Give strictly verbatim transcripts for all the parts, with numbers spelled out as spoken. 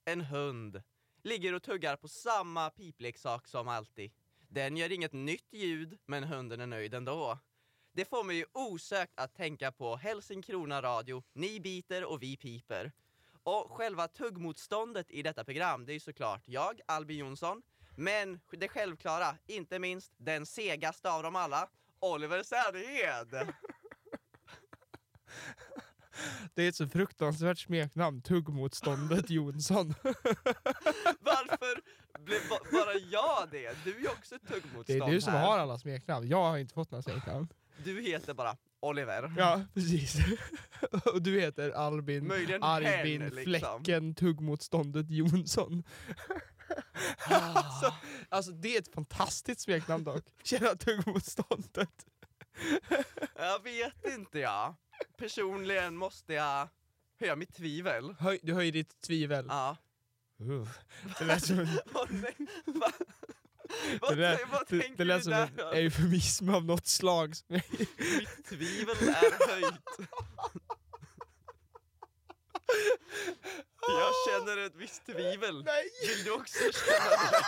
En hund ligger och tuggar på samma pipleksak som alltid. Den gör inget nytt ljud, men hunden är nöjd ändå. Det får mig ju osökt att tänka på Helsingkrona radio, ni biter och vi piper. Och själva tuggmotståndet i detta program, det är ju såklart jag, Albin Jonsson. Men det självklara, inte minst den segaste av dem alla, Oliver Säderhed. Det är ett så fruktansvärt smeknamn, tuggmotståndet Jonsson. Varför blev ba- bara jag det? Du är ju också tuggmotstånd. Det är du som här. har alla smeknamn. Jag har inte fått några smeknamn. Du heter bara Oliver. Ja, precis. Och du heter Albin, Möjligen Arbin, hen, liksom. Fläcken, tuggmotståndet Jonsson. alltså, alltså det är ett fantastiskt smeknamn dock. Tjena tuggmotståndet. Jag vet inte jag. Personligen måste jag höja mitt tvivel. Höj, du höjer ditt tvivel. Ja. Uh, det lät som en, Åh, nej. Va? Vad, det lät, vad det, tänker det lät du som där? en eufemism av något slag. Mitt tvivel är höjt. Jag känner ett visst tvivel. Nej. Vill du också känna det?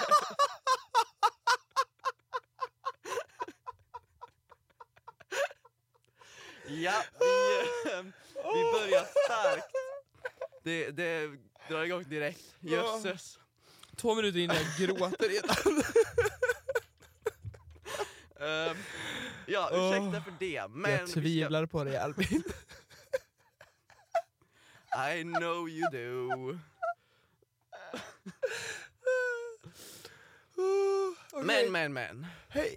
Ja, vi, eh, vi börjar starkt. Det, det drar igång direkt. Jösses. Två minuter innan jag gråter redan. Um, ja, ursäkta Oh, för det. Men jag tvivlar på dig, Albin. I know you do. Okay. Men, men, men. Hej.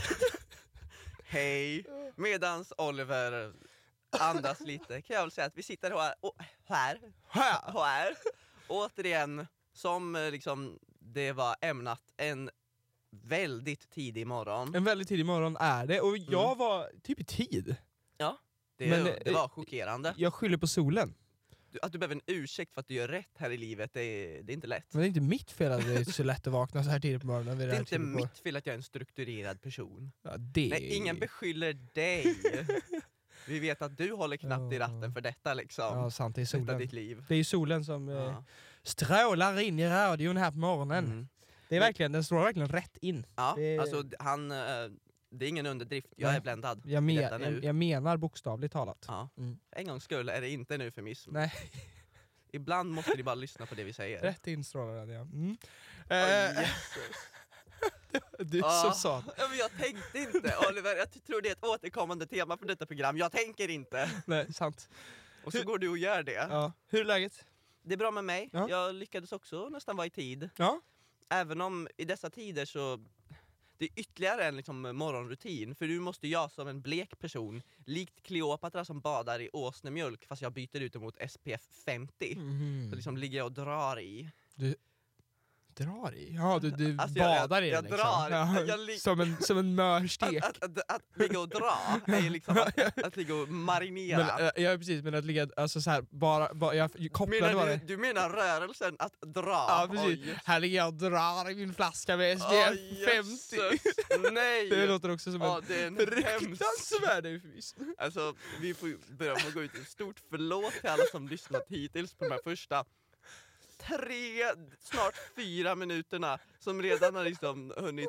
Hej. Medans Oliver andas lite kan jag väl säga att vi sitter här, och, här, Här. här. Återigen, som eh, liksom det var ämnat, en väldigt tidig morgon. En väldigt tidig morgon är det. Och jag Mm. var typ i tid. Ja, det, Men, det eh, var chockerande. Jag skyller på solen. Du, att du behöver en ursäkt för att du gör rätt här i livet, det är, det är inte lätt. Men det är inte mitt fel att det är så lätt att vakna så här tidigt på morgonen. vid Det det är här inte tiden på- mitt fel att jag är en strukturerad person. Ja, det... Nej, ingen beskyller dig. Vi vet att du håller knappt i ratten för detta liksom. Ja, sant. Det är Detta solen. ditt liv. Det är ju solen som eh, Ja. strålar in i radion här på morgonen. Mm. Det är verkligen, den slår verkligen rätt in. Ja, Det- alltså d- han, eh, det är ingen underdrift. Jag Nej. är bländad. Jag, i men, detta nu. jag, jag menar bokstavligt talat. Ja. Mm. För en gångs skull är det inte en eufemism. Nej, Ibland måste ni bara lyssna på det vi säger. rätt instrålar den, ja. Mm. Åh, Eh, Jesus. du Ja. som sa. Ja, men jag tänkte inte, Oliver. Jag tror det är ett återkommande tema för detta program. Jag tänker inte. Nej, sant. Och så Hur- går du och gör det. Ja. Hur är läget? Det är bra med mig. Ja. Jag lyckades också nästan vara i tid. Ja. Även om i dessa tider så det är ytterligare en liksom morgonrutin. För du måste jag som en blek person, likt Kleopatra som badar i åsnemjölk, fast jag byter ut det mot S P F femtio. Mhm. Så liksom ligger jag och drar i. Du drar i? Ja, du, du Alltså, jag- jag- badar i jag den liksom. drar. Ja, Jag lig- som, en, som en mörstek. Att, att, att, att ligga och dra är ju liksom att, att ligga och marinera. Men, äh, ja, precis, men att ligga, alltså så här, bara, bara jag kopplade menar bara du, det. du menar rörelsen att dra? Ja, precis. Oj, Här ligger jag och drar i min flaska med S P F oj, femtio. jösses. Nej! Det låter också som Ja, en det är en fruktansvärd eufemism. Alltså, vi får ju börja med att gå ut ett stort förlåt till alla som lyssnat hittills på de här första tre, snart fyra minuterna som redan har liksom hunnit,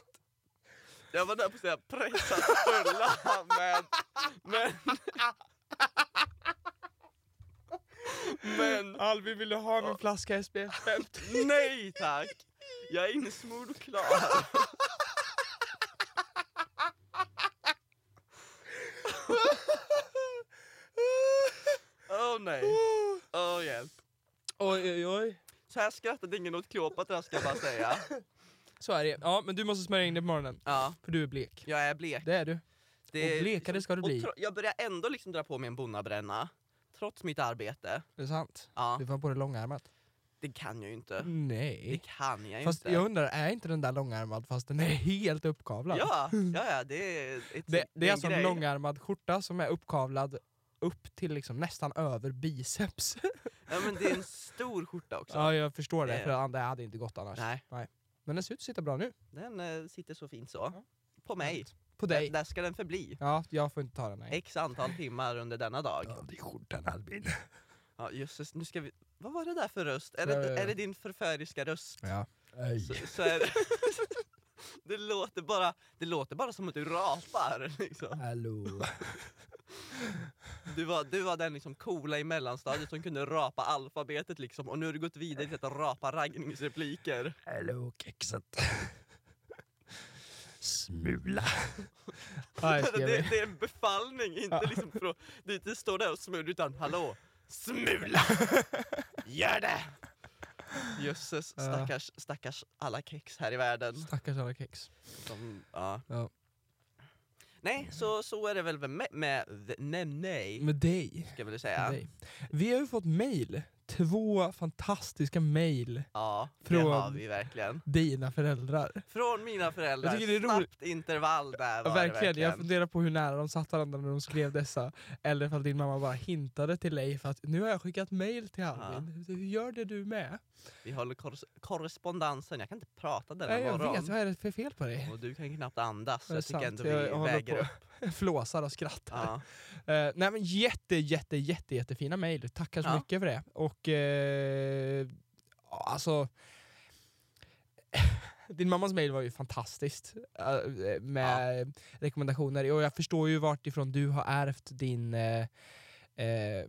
jag var där på att säga pressat fulla, men, men, men, Albin, vill du ha min flaska S P F femtio? nej tack, jag är insmord och klar. Åh oh, nej, åh oh, hjälp. Oj, oj, oj. Så här skrattade ingen åt Kleopatra ska jag bara säga. Så är det. Ja, men du måste smörja in dig på morgonen. Ja, För du är blek. jag är blek. Det är du. Det Och blekare ska du och bli. tro- jag börjar ändå liksom dra på mig en bonnabränna. Trots mitt arbete. Det är sant. Ja, Du får på dig långärmat. det kan jag ju inte. Det Nej. kan jag ju Fast inte. jag undrar, är inte den där långärmad fast den är helt uppkavlad? Ja, ja, ja, det är ett, Det, det är en alltså en grej. långärmad skjorta som är uppkavlad upp till liksom nästan över biceps. Ja, men det är en stor skjorta också. Ja, jag förstår det, Det- för det hade inte gått annars. Nej, Men den ser ut att sitta bra nu. den eh, sitter så fint så. Ja. På mig. På dig. Där, där ska den förbli. Ja, jag får inte ta den, nej. X antal timmar under denna dag. Ja, det är skjortan, Albin. Ja, jösses, nu ska vi... vad var det där för röst? Är det, Ja, ja, ja. är det din förföriska röst? Ja. Så, så är det, det, låter bara, det låter bara som att du rapar. Liksom. Hallå. Du var, du var den liksom coola i mellanstadiet som kunde rapa alfabetet liksom. Och nu har du gått vidare till att rapa raggningsrepliker. Hallå kexet. Smula. Aj, ska det, vi- det är en befallning, inte Ja. liksom för, du inte står där och smula utan hallå, smula! Gör det! Jösses, Ja. stackars, stackars alla kex här i världen. Stackars alla kex. Som, ja. Ja. Nej, så, så är det väl med, med, med nej, Med dig. ska jag väl Med säga. dig. Vi har ju fått mejl. Två fantastiska mejl. Ja, det Från- har vi verkligen. Dina föräldrar. Från mina föräldrar, Jag tycker det är roligt. snabbt intervall där Ja, var verkligen. det verkligen. Jag funderar på hur nära de satt varandra när de skrev dessa. Eller ifall din mamma bara hintade till dig för att nu har jag skickat mejl till Albin. Hur gör det du med? Vi håller kor- korrespondensen, jag kan inte prata den Nej, här jag morgon. vet, vad är det för fel på dig? Och du kan knappt andas, så Det är jag tycker sant. ändå vi Jag- jag håller väger på. upp. Jag flåsar och skrattar. Ja. Eh, nej men jätte, jätte, jätte, jättefina mejl. Tackar så Ja. mycket för det. Och eh, ja, alltså din mammas mejl var ju fantastiskt eh, med rekommendationer. Och jag förstår ju vart ifrån du har ärvt din eh, eh,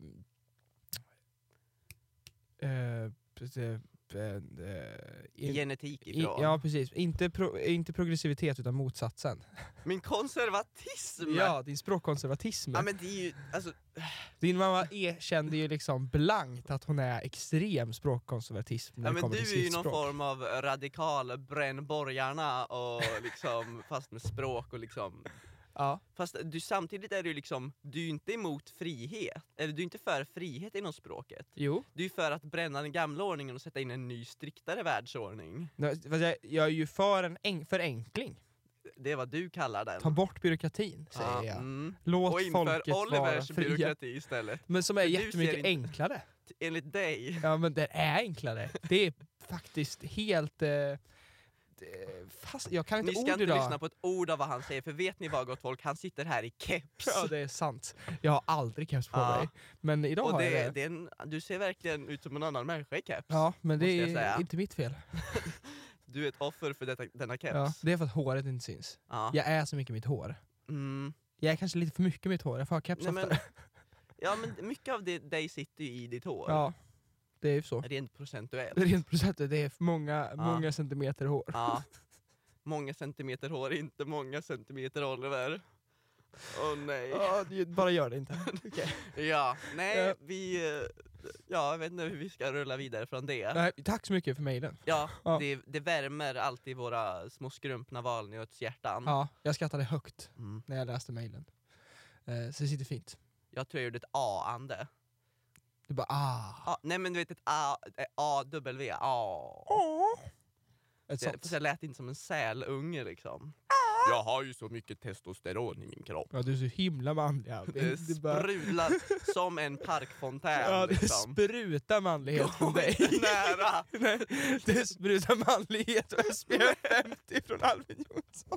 eh, eh, eh, in- Genetik i, ifrån. ja precis, inte, pro, inte progressivitet utan motsatsen. Min konservatism! Ja, din språkkonservatism. Ja, men det är ju, alltså, Din mamma erkände ju liksom blankt att hon är extrem språkkonservatism när ja, det men kommer du till är ju sitt någon språk. form av radikal bränn borgarna och liksom, fast med språk och liksom. Ja. Fast du, samtidigt är du liksom, du är ju inte emot frihet, eller du är inte för frihet inom språket. Jo. Du är för att bränna den gamla ordningen och sätta in en ny, striktare världsordning. Nej, fast Jag, jag är ju för en en, förenkling. Det är vad du kallar den. Ta bort byråkratin, säger Ja, jag. mm. Låt Och inför folket vara Olivers fria. byråkrati istället. Men som är För du ser jättemycket inte- enklare. Enligt dig. Ja men det är enklare. Det är faktiskt helt... Eh, det- fast jag kan inte Ni ska ord inte idag. lyssna på ett ord av vad han säger, för vet ni vad gott folk, han sitter här i keps. Ja det är sant. Jag har aldrig keps på Ja. mig. Men idag och har det, jag det. det är en, du ser verkligen ut som en annan människa i keps. Ja men det måste jag är säga. inte mitt fel. Du är ett offer för detta, denna keps. Ja, det är för att håret inte syns. Ja. Jag är så mycket mitt hår. Mm. Jag är kanske lite för mycket mitt hår. Jag får ha keps Nej, men, oftare. ja men mycket av det, dig sitter ju i ditt hår. Ja, det är ju så. Rent procentuellt. Rent procentet, det är för många, Ja. många centimeter hår. Ja. Många centimeter hår, inte många centimeter Oliver. Åh nej. Ja, det- bara gör det inte. Okej. Ja, nej Ja. vi... eh, Ja, jag vet inte hur vi ska rulla vidare från det. Nej, tack så mycket för mejlen. Ja, Ja. Det, det värmer alltid våra små skrumpna valnötshjärtan. Ja, jag skrattade högt Mm. när jag läste mejlen. Eh, så det sitter fint. Jag tror jag gjorde ett A-ande. Du bara ah. Ah, nej men du vet ett A, ett A-W, A. Ett Det, sånt. fast jag lät inte som en sälunge liksom. Jag har ju så mycket testosteron i min kropp. Ja, du är så himla manlig. Albin. Det Det bara- sprudlar som en parkfontän Ja, det liksom. sprutar manlighet från Gå dig. inte nära. Nej, det sprutar manlighet och S P F femtio från Albin Jonsson.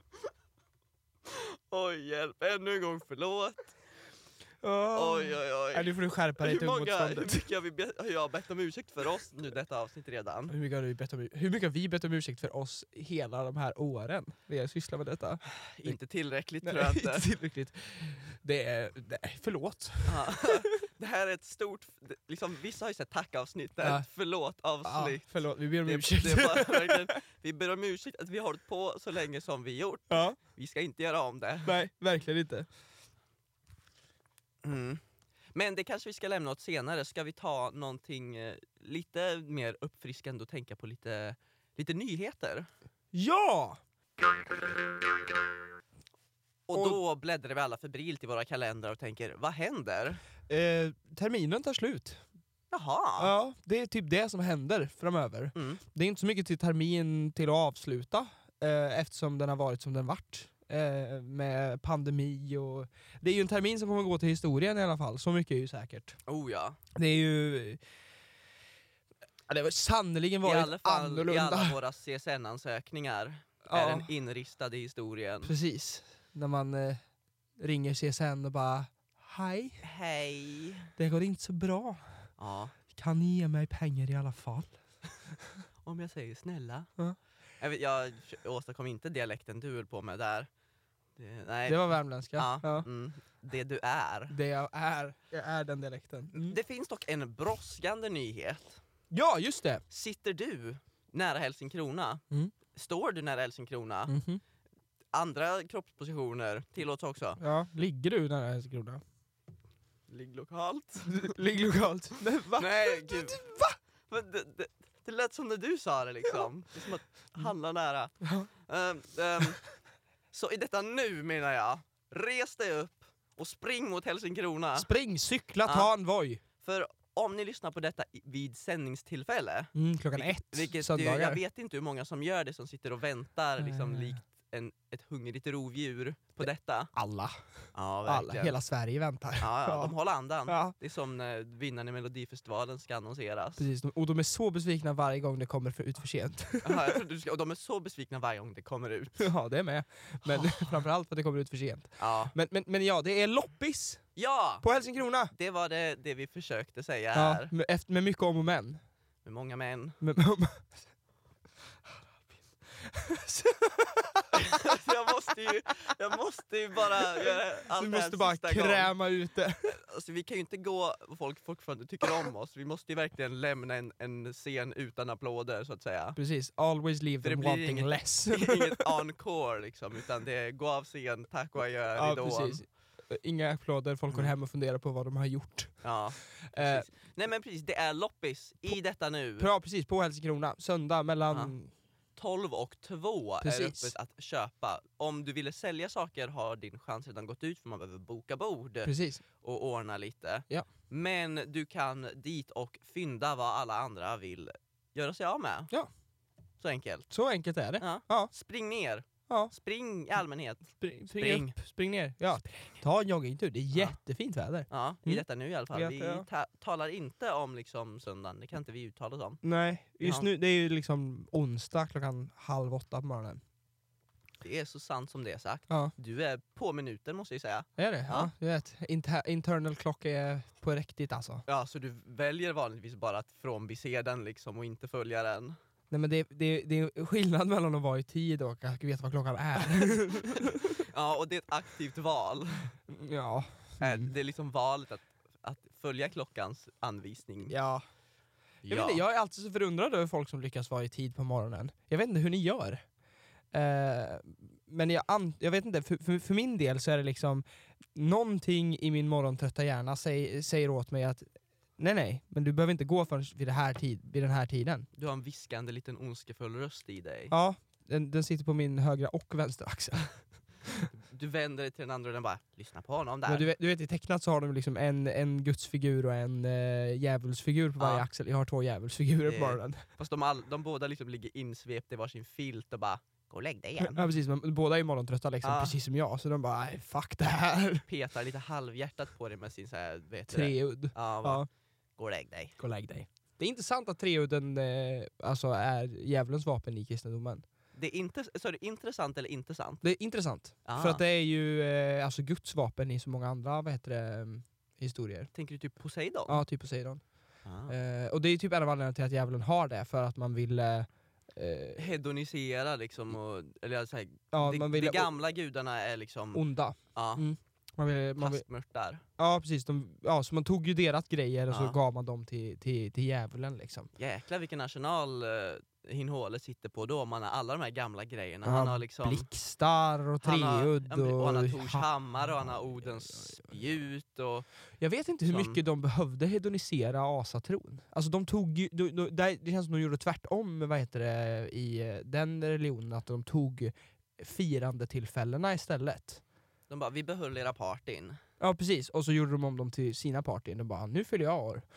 Oj hjälp, ännu en gång förlåt. Oh. Oj oj oj. Nej, nu får du skärpa dig Hur, till många, hur motståndet. mycket har, vi be, har jag bett om ursäkt för oss nu detta avsnitt redan? Hur mycket, har du bett om, hur mycket har vi bett om ursäkt för oss hela de här åren vi har sysslat med detta? Inte tillräckligt Nej, tror jag inte inte. tillräckligt. Det är, nej, förlåt. Ja. Det här är ett stort, det- liksom, vissa har ju sett tackavsnitt, det är Ja. ett förlåt Ja, avsnitt. förlåt, vi ber om Det, ursäkt. det är bara, verkligen, vi ber om ursäkt att vi har hållit på så länge som vi gjort. Ja, Vi ska inte göra om det. nej, verkligen inte. Mm. Men det kanske vi ska lämna åt senare. Ska vi ta någonting eh, lite mer uppfriskande och tänka på lite, lite nyheter? Ja! Och, Och- då bläddrar vi alla febrilt i våra kalendrar och tänker, vad händer? Eh, terminen tar slut. Jaha. Ja, det är typ det som händer framöver. Mm. Det är inte så mycket till termin till att avsluta eh, eftersom den har varit som den vart. Eh, med pandemi och... Det är ju en termin som kommer gå till historien i alla fall, så mycket är ju säkert. Oh ja. Det är ju... Ja, det har sannoliken I varit alla fall annorlunda. i alla våra C S N-ansökningar Ja, är den inristad i historien. precis. När man eh, ringer C S N och bara hej, Hej. det går inte så bra. Ja. Kan ni ge mig pengar i alla fall? Om jag säger snälla. Ja. Jag, vet, jag åstadkom inte dialekten du höll på med där. Det, nej. Det var värmländska. Ja, Ja. Mm, det du är. Det jag är. Jag är den dialekten. Mm. Det finns dock en brådskande nyhet. Ja, just det. Sitter du nära Helsingkrona? Mm. Står du nära Helsingkrona? Mhm. Andra kroppspositioner tillåts också. Ja, ligger du nära Helsingkrona? Ligg lokalt. Ligg lokalt. Nej, va? Nej, gud. Va? Men det, det, det lät som när du sa det liksom. Det är som att handla nära. Ja. Um, um, så i detta nu menar jag, res dig upp och spring mot Helsingkrona. Spring, cykla, Ja. ta en Voi. För om ni lyssnar på detta i- vid sändningstillfälle, Mm, klockan vilket, ett, vilket ju, söndagar. jag vet inte hur många som gör det, som sitter och väntar liksom Eh. likt en, ett hungrigt rovdjur på detta. Alla. Ja, Alla. verkligen. Hela Sverige väntar. Ja, ja, de håller andan. Ja. Det är som när vinnaren i Melodifestivalen ska annonseras. Precis, och de är så besvikna varje gång det kommer för ut för sent. Ja, jag trodde du ska, och de är så besvikna varje gång det kommer ut. Ja, det är med. Men framförallt för att det kommer ut för sent. Ja, Men, men, men ja, det är loppis ja på Helsingkrona. det var det, det vi försökte säga Ja, här. med, efter, med mycket om och men. Med många män. Men- jag, måste ju, jag måste ju bara göra allt Du det här måste bara sista gång. kräma ut det. Alltså, vi kan ju inte gå och folk fortfarande tycker om oss. Vi måste ju verkligen lämna en, en scen utan applåder så att säga. Precis, always leave För them det blir wanting inget- less. Inget encore liksom, utan det är gå av scen, tack och adjö, Ja, ridån. precis. Inga applåder, folk går Mm. hem och funderar på vad de har gjort. Ja, Eh, precis. Nej men precis, det är loppis i detta nu. bra, precis, på Helsingkrona. Söndag mellan... tolv och två är Precis. öppet att köpa. Om du ville sälja saker har din chans redan gått ut, för man behöver boka bord Precis. och ordna lite. Ja. Men du kan dit och fynda vad alla andra vill göra sig av med. Ja. Så enkelt. Så enkelt är det. Ja. Ja. Spring ner. Ja. Spring i allmänhet. Spring, spring, Spring. upp, spring ner. Ja. Ta en joggingtur, det är Ja. jättefint väder. Ja, i Mm. detta nu i alla fall. Vet Vi jag. ta- talar inte om liksom söndagen, det kan inte vi uttala oss om. Nej, just Ja. nu, det är ju liksom onsdag klockan halv åtta på morgonen. Det är så sant som det är sagt. Ja, Du är på minuten måste jag säga. är det? Ja, Ja. du vet. Inter internal clock är på riktigt alltså. Ja, så du väljer vanligtvis bara att frånbise den liksom och inte följa den. Nej men det, det, det är skillnad mellan att vara i tid och att veta vad klockan är. Ja, och det är ett aktivt val. ja. Äh, Mm. Det är liksom valet att, att följa klockans anvisning. Ja. Jag, Ja. vet inte, jag är alltid så förundrad över folk som lyckas vara i tid på morgonen. Jag vet inte hur ni gör. Eh, men jag, an- jag vet inte, för, för, för min del så är det liksom någonting i min morgontrötta hjärna säg, säger åt mig att nej nej, men du behöver inte gå förrän vid, det här tid, vid den här tiden. Du har en viskande liten ondskefull röst i dig. Ja, den, den sitter på min högra och vänstra axel. Du vänder dig till den andra och den bara, lyssna på honom där. Men du, vet, du vet i tecknat så har de liksom en, en gudsfigur och en uh, djävulsfigur på varje Ja. axel. Jag har två djävulsfigurer Det- på morgonen. Fast de, all, de båda liksom ligger insvepta i varsin filt och bara, gå och lägg dig igen. Ja precis, men båda är morgontrötta liksom, Ja. precis som jag. Så de bara, nej fuck det här. Petar lite halvhjärtat på dig med sin så här, vet du det? Treudd. Ja, bara, Ja, gå och lägg dig. gå och lägg dig. Det är intressant att treudden eh, alltså är djävulens vapen i kristendomen. Det är inte, så är det intressant eller inte sant? Det är intressant. Ah. För att det är ju eh, alltså Guds vapen i så många andra vad heter det, um, historier. Tänker du typ Poseidon? Ja, typ Poseidon. Ah. Eh, och det är typ en av anledningarna till att djävulen har det, för att man vill... Eh, eh, Hedonisera liksom, och, eller så här, ja, de, man vill de gamla gudarna är liksom, onda. ja, Mm. Man vill, man vill, pastmörtar. ja, precis. De, ja, så man tog ju deras grejer och så Ja. gav man dem till, till, till djävulen liksom. Jäklar vilken arsenal uh, Hinhåle sitter på då, man har alla de här gamla grejerna. Ja, Han har liksom Blixtar och han har, treudd ja, men- och han har och... Tors hammar och han har Odens spjut och Jag vet inte hur Som- mycket de behövde hedonisera asatron. Alltså de tog ju, de, de, det det känns som de gjorde tvärtom, vad heter det, i eh, den religionen, att de tog firandetillfällena istället. de bara, vi behöll era partyn. Ja precis, och så gjorde de om dem till sina partyn. De bara, nu fyller jag år.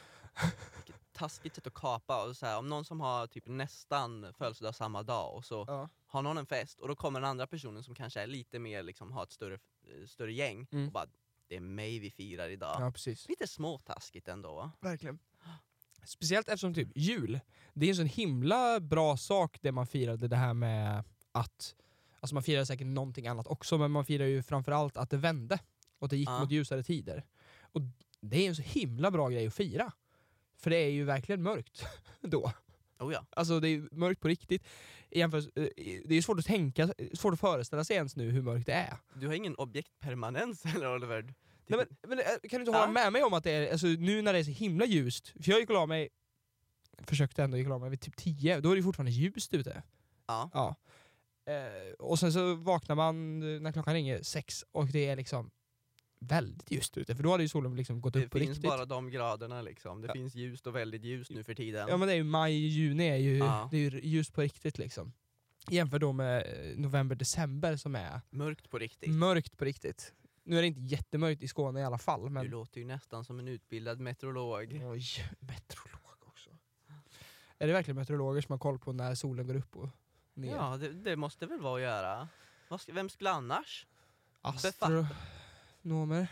Taskigt sätt att kapa, och så här, om någon som har typ nästan födelsedag samma dag och så Ja. har någon en fest och då kommer den andra personen som kanske är lite mer liksom, har ett större, eh, större gäng Mm. och bara, det är mig vi firar idag. Ja precis. Lite småtaskigt ändå. Verkligen. Speciellt eftersom typ jul, det är en sån himla bra sak det man firade, det här med att, alltså man firar säkert någonting annat också, men man firar ju framförallt att det vände och att det gick Ja. mot ljusare tider. Och det är en så himla bra grej att fira. För det är ju verkligen mörkt då. Oh ja. Alltså det är mörkt på riktigt. Jämför, det är svårt att tänka, svårt att föreställa sig ens nu hur mörkt det är. Du har ingen objektpermanens eller Oliver? Nej, men, men kan du inte Ja. hålla med mig om att det är, alltså, nu när det är så himla ljust, för jag gick och la mig, försökte ändå gick och la mig vid typ tio, då är det fortfarande ljust ute. Ja. Ja. Eh, och sen så vaknar man när klockan ringer sex och det är liksom väldigt ljust ute, för då hade ju solen liksom gått Det upp på finns riktigt. bara de graderna liksom. Det Ja. finns ljust och väldigt ljust nu för tiden. Ja men det är ju maj, juni är ju, Ja. det är ju ljust på riktigt liksom. Jämför då med november, december som är Mörkt på riktigt. mörkt på riktigt. Nu är det inte jättemörkt i Skåne i alla fall, Du men... låter ju nästan som en utbildad meteorolog. Oj, meteorolog också. Är det verkligen meteorologer som har koll på när solen går upp och ner? Ja, det, det måste väl vara att göra. Vad ska, vem skulle annars? Astronomer.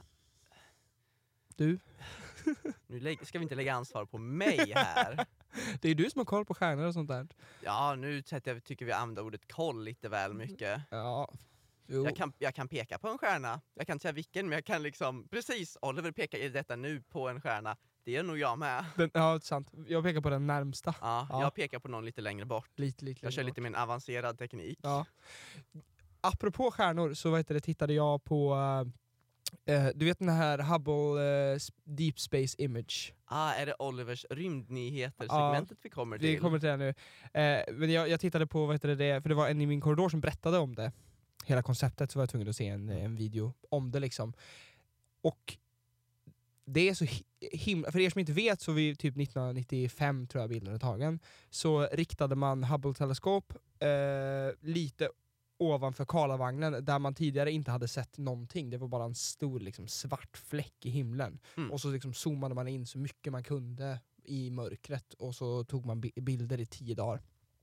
Du? Nu lägg, ska vi inte lägga ansvar på mig här. Det är du som har koll på stjärnor och sånt där. Ja, nu sätter jag, tycker vi använder ordet koll lite väl mycket. Ja. Jo. Jag kan, jag kan peka på en stjärna. Jag kan inte säga vilken, men jag kan liksom... Precis, Oliver pekar i detta nu på en stjärna. Det är nog jag med. Den, ja, sant. Jag pekar på den närmsta. Ja, Ja. jag pekar på någon lite längre bort. Lite, lite Jag kör längre lite mer en avancerad teknik. Ja. Apropå stjärnor så vet det, tittade jag på uh, du vet den här Hubble uh, Deep Space Image. Ah, är det Olivers rymdnyheter-segmentet Ja, vi kommer till? Vi kommer till det nu. Uh, men jag, jag tittade på vad heter det, för det var en i min korridor som berättade om det. Hela konceptet, så var jag tvungen att se en, en video om det liksom. Och det är så himla... För er som inte vet, så vid typ nittonhundranittiofem tror jag bilden är tagen, så riktade man Hubble-teleskop eh, lite ovanför Karlavagnen där man tidigare inte hade sett någonting. Det var bara en stor liksom, svart fläck i himlen. Mm. Och så liksom, zoomade man in så mycket man kunde i mörkret och så tog man bi- bilder i tio dagar.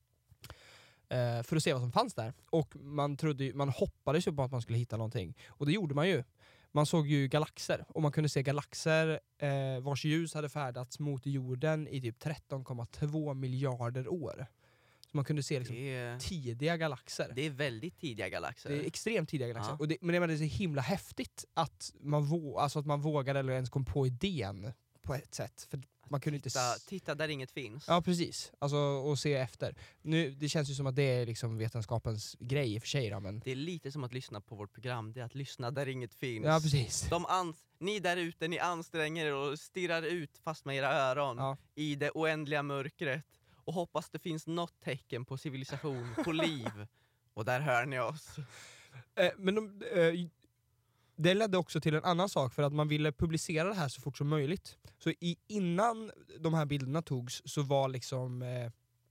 Eh, för att se vad som fanns där. Och man, trodde, man hoppades ju på att man skulle hitta någonting. Och det gjorde man ju. Man såg ju galaxer, och man kunde se galaxer eh, vars ljus hade färdats mot jorden i typ tretton komma två miljarder år. Så man kunde se liksom det, är, tidiga galaxer. det är väldigt tidiga galaxer. Det är extremt tidiga galaxer. Ja. Och det, men det var så himla häftigt att man, vå, alltså att man vågade eller ens kom på idén på ett sätt. För man kunde inte... titta, S- titta där inget finns. Ja, precis. Alltså, och se efter. Nu, det känns ju som att det är liksom vetenskapens grej i och för sig. Då, men... Det är lite som att lyssna på vårt program. Det är att lyssna där inget finns. Ja, precis. De ans- ni där ute, ni anstränger er och stirrar ut fast med era öron Ja. i det oändliga mörkret och hoppas det finns något tecken på civilisation, på liv. Och där hör ni oss. Eh, men de, eh, det ledde också till en annan sak, för att man ville publicera det här så fort som möjligt. Så i, innan de här bilderna togs så var liksom eh,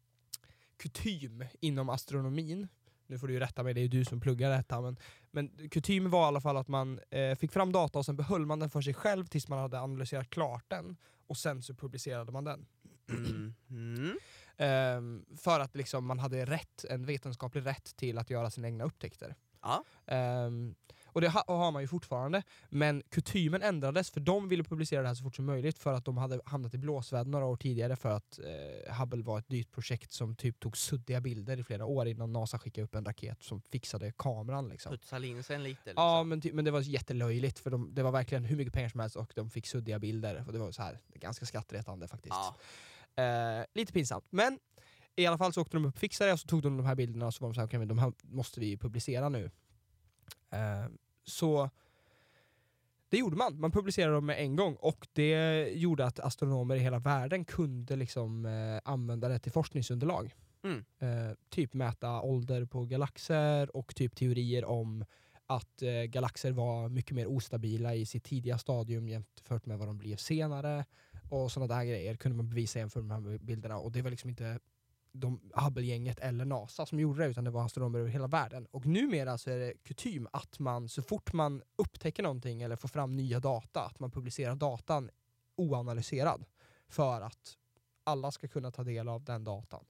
kutym inom astronomin, nu får du ju rätta mig, det är ju du som pluggar detta, men, men kutym var i alla fall att man eh, fick fram data och sen behöll man den för sig själv tills man hade analyserat klart den, och sen så publicerade man den. Mm. Mm. Ehm, för att liksom man hade rätt, en vetenskaplig rätt till att göra sina egna upptäckter. Ja. Ehm, och det ha, och har man ju fortfarande, men kutymen ändrades, för de ville publicera det här så fort som möjligt för att de hade hamnat i blåsväder några år tidigare, för att eh, Hubble var ett dyrt projekt som typ tog suddiga bilder i flera år innan NASA skickade upp en raket som fixade kameran liksom. Putsa linsen lite liksom. Ja, men, ty- men det var jättelöjligt, för de, det var verkligen hur mycket pengar som helst och de fick suddiga bilder, och det var så här ganska skrattretande faktiskt. Ja. Eh, lite pinsamt, men i alla fall så åkte de upp, fixade och så tog de de här bilderna och så var de så här, okej, men de här måste vi publicera nu. Eh, så det gjorde man, man publicerade dem med en gång, och det gjorde att astronomer i hela världen kunde liksom eh, använda det till forskningsunderlag. Mm. Eh, typ mäta ålder på galaxer och typ teorier om att eh, galaxer var mycket mer ostabila i sitt tidiga stadium jämfört med vad de blev senare, och sådana där grejer kunde man bevisa jämfört med de här bilderna. Och det var liksom inte de Hubble-gänget eller NASA som gjorde det, utan det var astronomer över hela världen. Och numera så är det kutym att man, så fort man upptäcker någonting eller får fram nya data, att man publicerar datan oanalyserad, för att alla ska kunna ta del av den datan.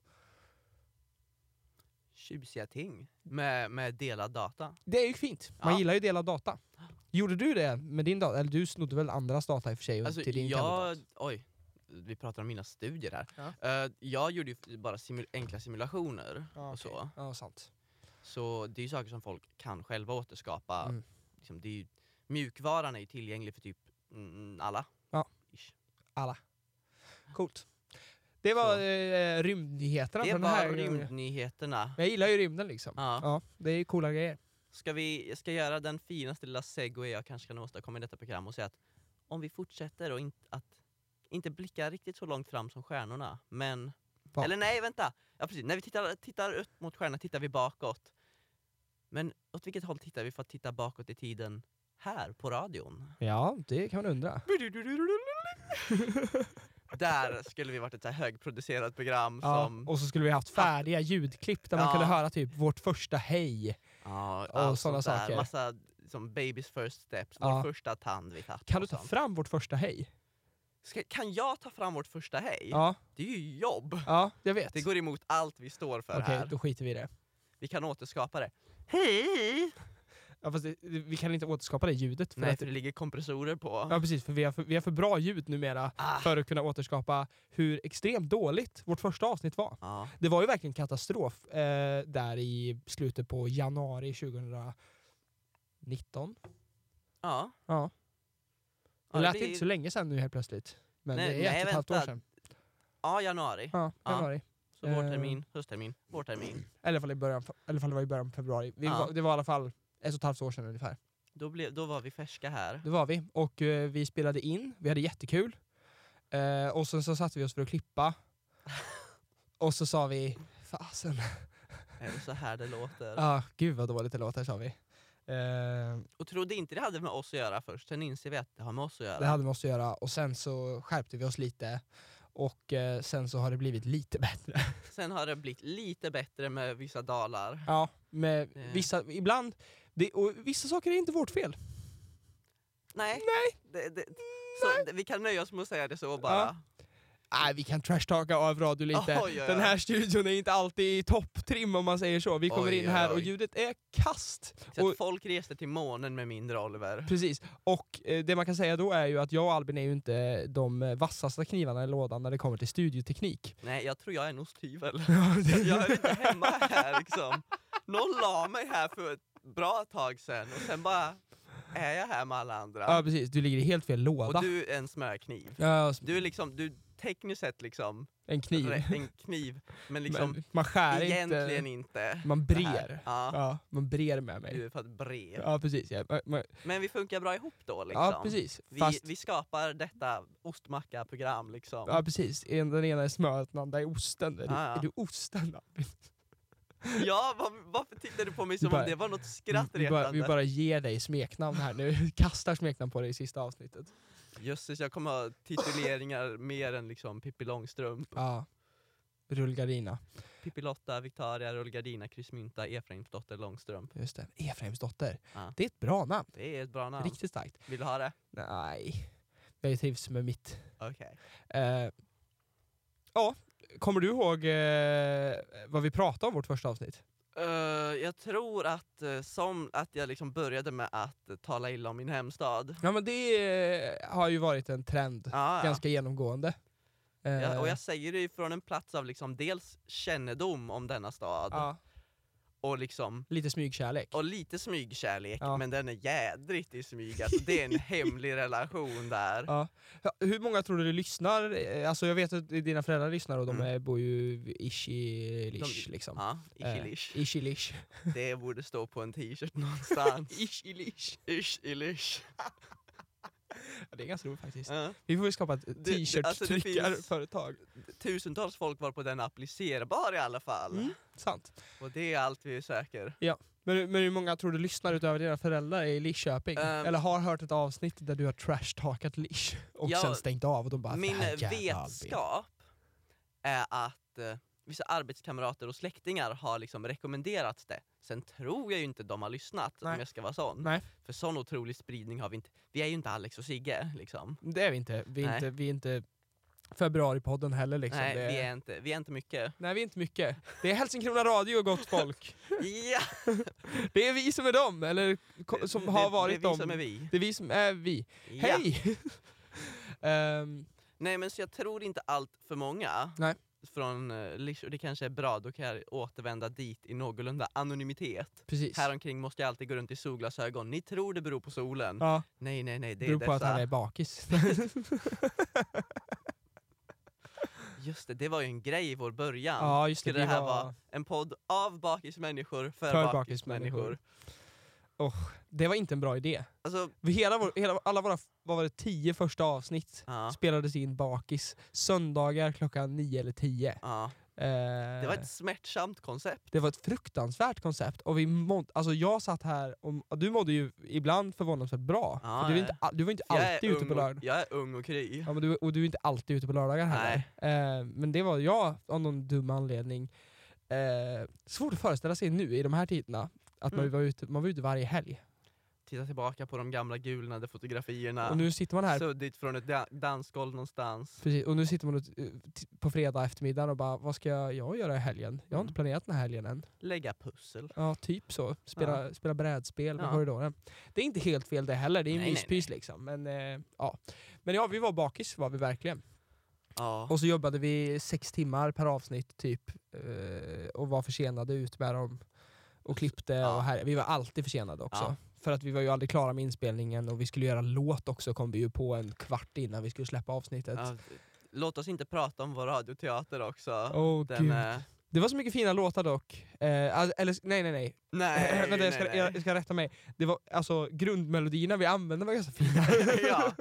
Tjusiga ting med, med delad data. Det är ju fint. Man Ja. gillar ju delad data. Gjorde du det med din data? Eller du snodde väl andras data i och för sig Alltså, till din jag, kandidat? oj, vi pratar om mina studier här. Ja. Eh, jag gjorde ju bara simul- enkla simulationer Ja, och okej. så. Ja, sant. Så det är ju saker som folk kan själva återskapa. Mm. Liksom, det är ju, mjukvaran är ju tillgänglig för typ mm, alla. Ja. Ish. Alla. Coolt. Det var eh, rymdnyheterna Det från var den här rymdnyheterna. Jag gillar ju rymden liksom. Ja. Ja, det är ju coola grejer. Ska vi, jag ska göra den finaste lilla segway jag kanske kan åstadkomma i detta program och säga att om vi fortsätter och in, att inte blicka riktigt så långt fram som stjärnorna, men... Va? Eller nej, vänta! Ja, precis. När vi tittar, tittar upp mot stjärnorna tittar vi bakåt. Men åt vilket håll tittar vi för att titta bakåt i tiden här på radion? Ja, det kan man undra. Där skulle vi varit ett så här högproducerat program Ja, som... och så skulle vi haft färdiga ljudklipp där man Ja. kunde höra typ vårt första hej. Ja, och allt såna sånt där. saker. Massa som baby's first steps, Ja. vår första tand vi tappade. Kan du och ta sånt. fram vårt första hej? Ska, kan jag ta fram vårt första hej? Ja, Det är ju jobb. ja jag vet. Det går emot allt vi står för Okej, här. då skiter vi i det. Vi kan återskapa det. Hej! Ja, fast det, vi kan inte återskapa det ljudet. För Nej, att, för det ligger kompressorer på. ja, precis. För vi har för, vi har för bra ljud numera Ah. för att kunna återskapa hur extremt dåligt vårt första avsnitt var. Ja. Det var ju verkligen katastrof eh, där i slutet på januari tjugonitton. Ja. Ja. Ja, Det det lät blir- inte så länge sedan nu helt plötsligt. Men Nej, det är nej, ett och ett halvt år vänta. sedan. Ja, januari. Ja, Ja. januari. Så Eh. vårtermin, hösttermin, vårtermin. Eller fall i början, eller fall det var i början på februari. Vi Ja. var, det var i alla fall ett och ett halvt år sedan ungefär. Då, blev, då var vi färska här. Det var vi. Och eh, vi spelade in, vi hade jättekul. Eh, och sen så satte vi oss för att klippa. Och så sa vi, fasen. Är det så här det låter? Ja, ah, gud vad dåligt det låter, sa vi. Eh, Och trodde inte det hade med oss att göra först. Sen inser vi att det har med oss att göra. det hade vi måste göra. Och sen så skärpte vi oss lite. Och eh, sen så har det blivit lite bättre. Sen har det blivit lite bättre med vissa dalar. Ja, med Eh. vissa, ibland, det, och vissa saker är inte vårt fel. Nej. Nej. Det, det, så, det, vi kan nöja oss med att säga det så bara. Ja. Nej, vi kan trashtalka av radio lite. Oj, oj, oj. Den här studion är inte alltid i topptrim om man säger så. Vi kommer Oj, in här oj, och oj. ljudet är kast. Så Och, att folk reste till månen med mindre Oliver. precis. Och eh, det man kan säga då är ju att jag och Albin är ju inte de eh, vassaste knivarna i lådan när det kommer till studioteknik. Nej, jag tror jag är en osthyvel. Ja, det- Jag är inte hemma här liksom. Någon la mig här för ett bra tag sedan och sen bara är jag här med alla andra. Ja, precis. Du ligger i helt fel låda. Och du är en smörkniv. Ja, s- Du är liksom, du tekniskt sett liksom en kniv. re- en kniv, men liksom Men man skär egentligen inte. inte. Man det brer. här. Ja, Ja, man brer med mig. du är för ett brev. Ja, precis. Ja, man, man, Men vi funkar bra ihop då liksom. ja precis. Vi, Fast, vi skapar detta ostmacka-program liksom. ja, precis. En, den ena är smöret, den andra är osten. Är du, Ja, ja. är du osten, Albin? Ja, var, varför tittar du på mig som bara- om det var något Vi bara, skrattretande? vi bara ger dig smeknamn här nu. Kastar smeknamn på dig i sista avsnittet. Jösses, jag kommer ha tituleringar mer än liksom Pippi Långstrump, Ja. Rullgardina. Pippi Lotta, Victoria, Rullgardina, Kryssmynta, Efraimsdotter Långstrump. Just det. Efraims dotter. Ja. Det är ett bra namn. Det är ett bra namn. Riktigt starkt. Vill du ha det? Nej. Jag trivs med mitt. Okej. Eh, ja, kommer du ihåg eh, vad vi pratade om vårt första avsnitt? Eh, jag tror att, eh, som att jag liksom började med att eh, tala illa om min hemstad. Ja, men det eh, har ju varit en trend. Ja, ja. Ganska genomgående. Eh, Ja, och jag säger det från en plats av liksom dels kännedom om denna stad ja, och liksom lite smygkärlek. och lite smygkärlek, Ja. men den är jädrigt i smyg. Alltså, det är en hemlig relation där. Ja. Ja, hur många tror du det lyssnar? Eh, Alltså jag vet att dina föräldrar lyssnar och de Mm. är, bor ju ish-lish De- liksom. Ja, Eh, ish-ilish. Ish-ilish. Det borde stå på en t-shirt någonstans. Ish-ilish. Ish-ilish. Ja, det är ganska roligt faktiskt. Ja. Vi får ju skapa ett Det- det- alltså, det t-shirt-tryckarföretag. Tusentals folk var på den applicerbar i alla fall. Mm, sant. Och det är allt vi söker. Men, men hur många tror du lyssnar utöver dina föräldrar i Lidköping? Ehm. Eller har hört ett avsnitt där du har trash-talkat Lish och Ja, sen stängt av och de bara Min "Fan, jävla Albin." vetskap är att eh, vissa arbetskamrater och släktingar har liksom rekommenderats det. Sen tror jag ju inte de har lyssnat, Nej. om jag ska vara sån. Nej. För sån otrolig spridning har vi inte. Vi är ju inte Alex och Sigge liksom. Det är vi inte. Vi är Nej. inte, vi är inte februaripodden heller liksom. Nej, det vi är inte, vi är inte mycket. Nej, vi är inte mycket. Det är Hälsingkrona radio, gott folk. Ja! Det är vi som är dem, eller ko- som har varit det, det är dem. vi som är vi. Det är vi som är vi. Ja. Hej! Ehm, Nej, men så jag tror inte allt för många Nej. från uh, Lish, och det kanske är bra, då kan jag återvända dit i någorlunda anonymitet. precis. Här omkring måste jag alltid gå runt i solglasögon. Ni tror det beror på solen. Ja, Nej, nej, nej, det det beror är på dessa. att han är bakis. Just det, det var ju en grej i vår början. Ja, just det. Skulle det vi här var... vara en podd av bakismänniskor för, För bakismänniskor. bakismänniskor. Oh, det var inte en bra idé. Alltså, Vi hela vår, hela, alla våra vad var det, tio första avsnitt ja, spelades in bakis. Söndagar klockan nio eller tio. ja. Eh, Det var ett smärtsamt koncept. det var ett fruktansvärt koncept. Och vi måd, alltså jag satt här, och, och du mådde ju ibland förvånansvärt bra. Ja, För du, är ja. inte, all- du var inte Jag är alltid ute ung på och- lördag. Jag är ung och kry. Ja, men du, och du är inte alltid ute på lördagar heller. Eh, men det var jag av någon dum anledning. Eh, svårt att föreställa sig nu i de här tiderna att man, Mm. var ute, man var ute varje helg. Titta tillbaka på de gamla gulnade fotografierna. Och nu sitter man här Suddigt från ett da- dansgolv någonstans. precis, och nu sitter man och, eh, t- på fredag eftermiddag och bara, vad ska jag, jag göra i helgen? Jag har Mm. inte planerat den här helgen än. Lägga pussel. Ja, typ så. Spela, spela brädspel med Ja. korridoren. Det är inte helt fel det heller, det är en Nej, nej, myspys liksom. Men, eh, ja. Men ja, vi var bakis var vi verkligen. Ja. Och så jobbade vi sex timmar per avsnitt typ. Eh, och var försenade ut med dem. Och klippte Ja. och här. Vi var alltid försenade också. Ja. För att vi var ju aldrig klara med inspelningen och vi skulle göra låt också, kom vi ju på en kvart innan vi skulle släppa avsnittet. Ja, låt oss inte prata om vår radioteater också. Åh, Den gud. är... Det var så mycket fina låtar dock. Eh, all- eller nej nej nej. Nej, Vänta, jag, ska, nej, jag, nej. ska rätta mig. Det var, alltså, grundmelodierna vi använde var ganska fina. Ja.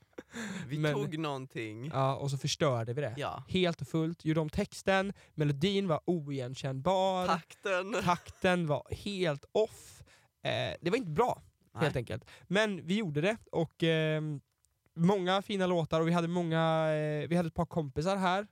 Vi Men- tog någonting. Ja, och så förstörde vi det. Ja. Helt och fullt. Gjorde om texten, melodin var oigenkännbar. Takten. Takten var helt off. Eh, det var inte bra, helt Nej. enkelt. Men vi gjorde det, och eh, många fina låtar, och vi hade många, eh, vi hade ett par kompisar här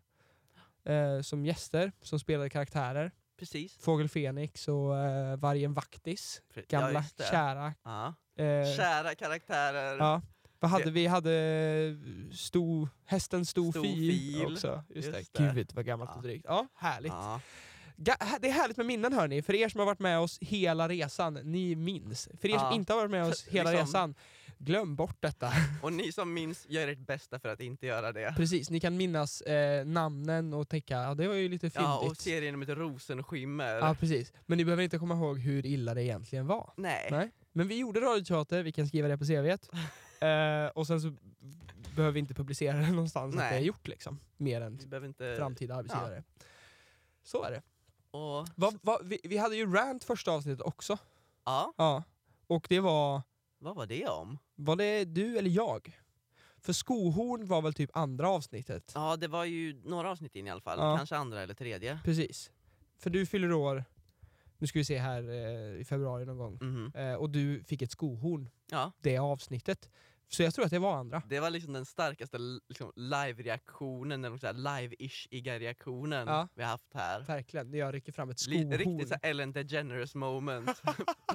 eh, som gäster, som spelade karaktärer. Precis. Fågel Fenix och eh, Vargen Vaktis. Ja, Gamla, just det. kära. Ja. Eh, Kära karaktärer. ja. Vad hade Det- vi? hade sto, hästen Stor Stor fil, fil. också. Just, Just det. det. Gud vad gammalt Ja. och drygt. Ja, härligt. Ja. Ga- det är härligt med minnen hörni, för er som har varit med oss hela resan, ni minns. För er som Ja. inte har varit med oss hela Liksom- resan, glöm bort detta. Och ni som minns, gör ert bästa för att inte göra det. Precis, ni kan minnas eh, namnen och tänka, ja det var ju lite Ja, och fyndigt. se det genom ett rosenskimmer. Ja, precis. Men ni behöver inte komma ihåg hur illa det egentligen var. Nej. Nej. Men vi gjorde radioteater, vi kan skriva det på C V:t. eh, och sen så behöver vi inte publicera det någonstans att Nej. det är gjort liksom. Mer än Vi behöver inte... framtida arbetsgivare. Så är det. Och... Va, va, vi, vi hade ju rant första avsnittet också. Ja, Ja. Och det var, vad var det om? var det du eller jag? För skohorn var väl typ andra avsnittet. Ja, det var ju några avsnitt in i alla fall. Ja. Kanske andra eller tredje. Precis. För du fyller år, nu ska vi se här eh, i februari någon gång. Mhm. Eh, och du fick ett skohorn, Ja, det avsnittet. Så jag tror att det var andra. det var liksom den starkaste liksom, live-reaktionen, den så här live-ish-iga reaktionen Ja. vi har haft här. Verkligen, jag rycker fram ett Li- skohorn. riktigt så här Ellen DeGeneres moment.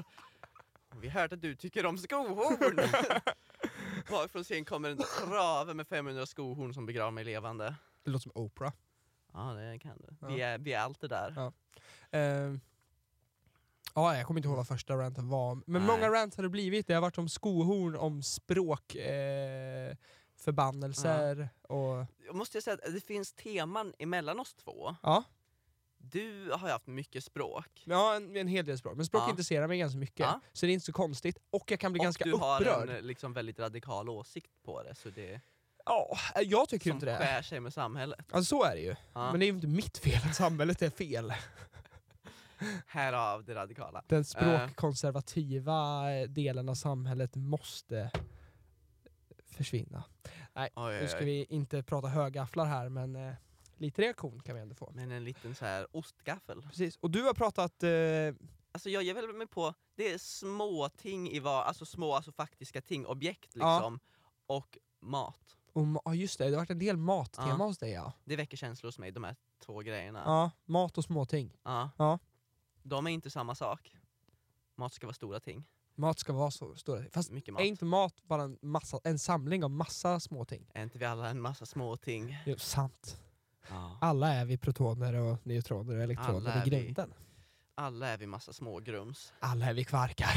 Vi hört att du tycker om skohorn! Bakifrån scen kommer en trave med femhundra skohorn som begraver mig levande. Det låter som Oprah. Ja, det kan det. Ja. Vi, är, vi är allt det där. Ja. Eh, ja, jag kommer inte ihåg vad första ranten var. Men Nej. många rants har det blivit. Det har varit om skohorn, om språk, eh, förbannelser och... Jag måste säga att det finns teman emellan oss två. Ja, Du har ju haft mycket språk. ja en, en hel del språk. Men språk Ja. intresserar mig ganska mycket. Ja. Så det är inte så konstigt. Och jag kan bli Och ganska du upprörd. har en liksom väldigt radikal åsikt på det. Så det Ja, jag tycker som inte det. skär sig med samhället. Alltså så är det ju. Ja. Men det är ju inte mitt fel att samhället är fel. Härav det radikala. Den språkkonservativa delen av samhället måste försvinna. Nej, Oj, oj, nu ska oj. vi inte prata högafflar här, men eh, lite reaktion kan vi ändå få. Men en liten så här ostgaffel. Precis. Och du har pratat... Eh, Alltså jag ger väl mig på, det är små ting i vad, alltså små alltså faktiska ting, objekt Ja. liksom. Och mat. om, ja just det, det har varit en del mattema Ja. hos dig ja. Det väcker känslor hos mig, de här två grejerna. Ja, mat och småting. Ja. Ja. De är inte samma sak. Mat ska vara stora ting. Mat ska vara så stora. Fast Mycket mat. är inte mat bara en, massa, en samling av massa småting? Är inte vi alla en massa små ting? Det är sant. Ja. Alla är vi protoner och neutroner och elektroner Alla är i vi. grunden. Alla är vi massa små grums. Alla är vi kvarkar.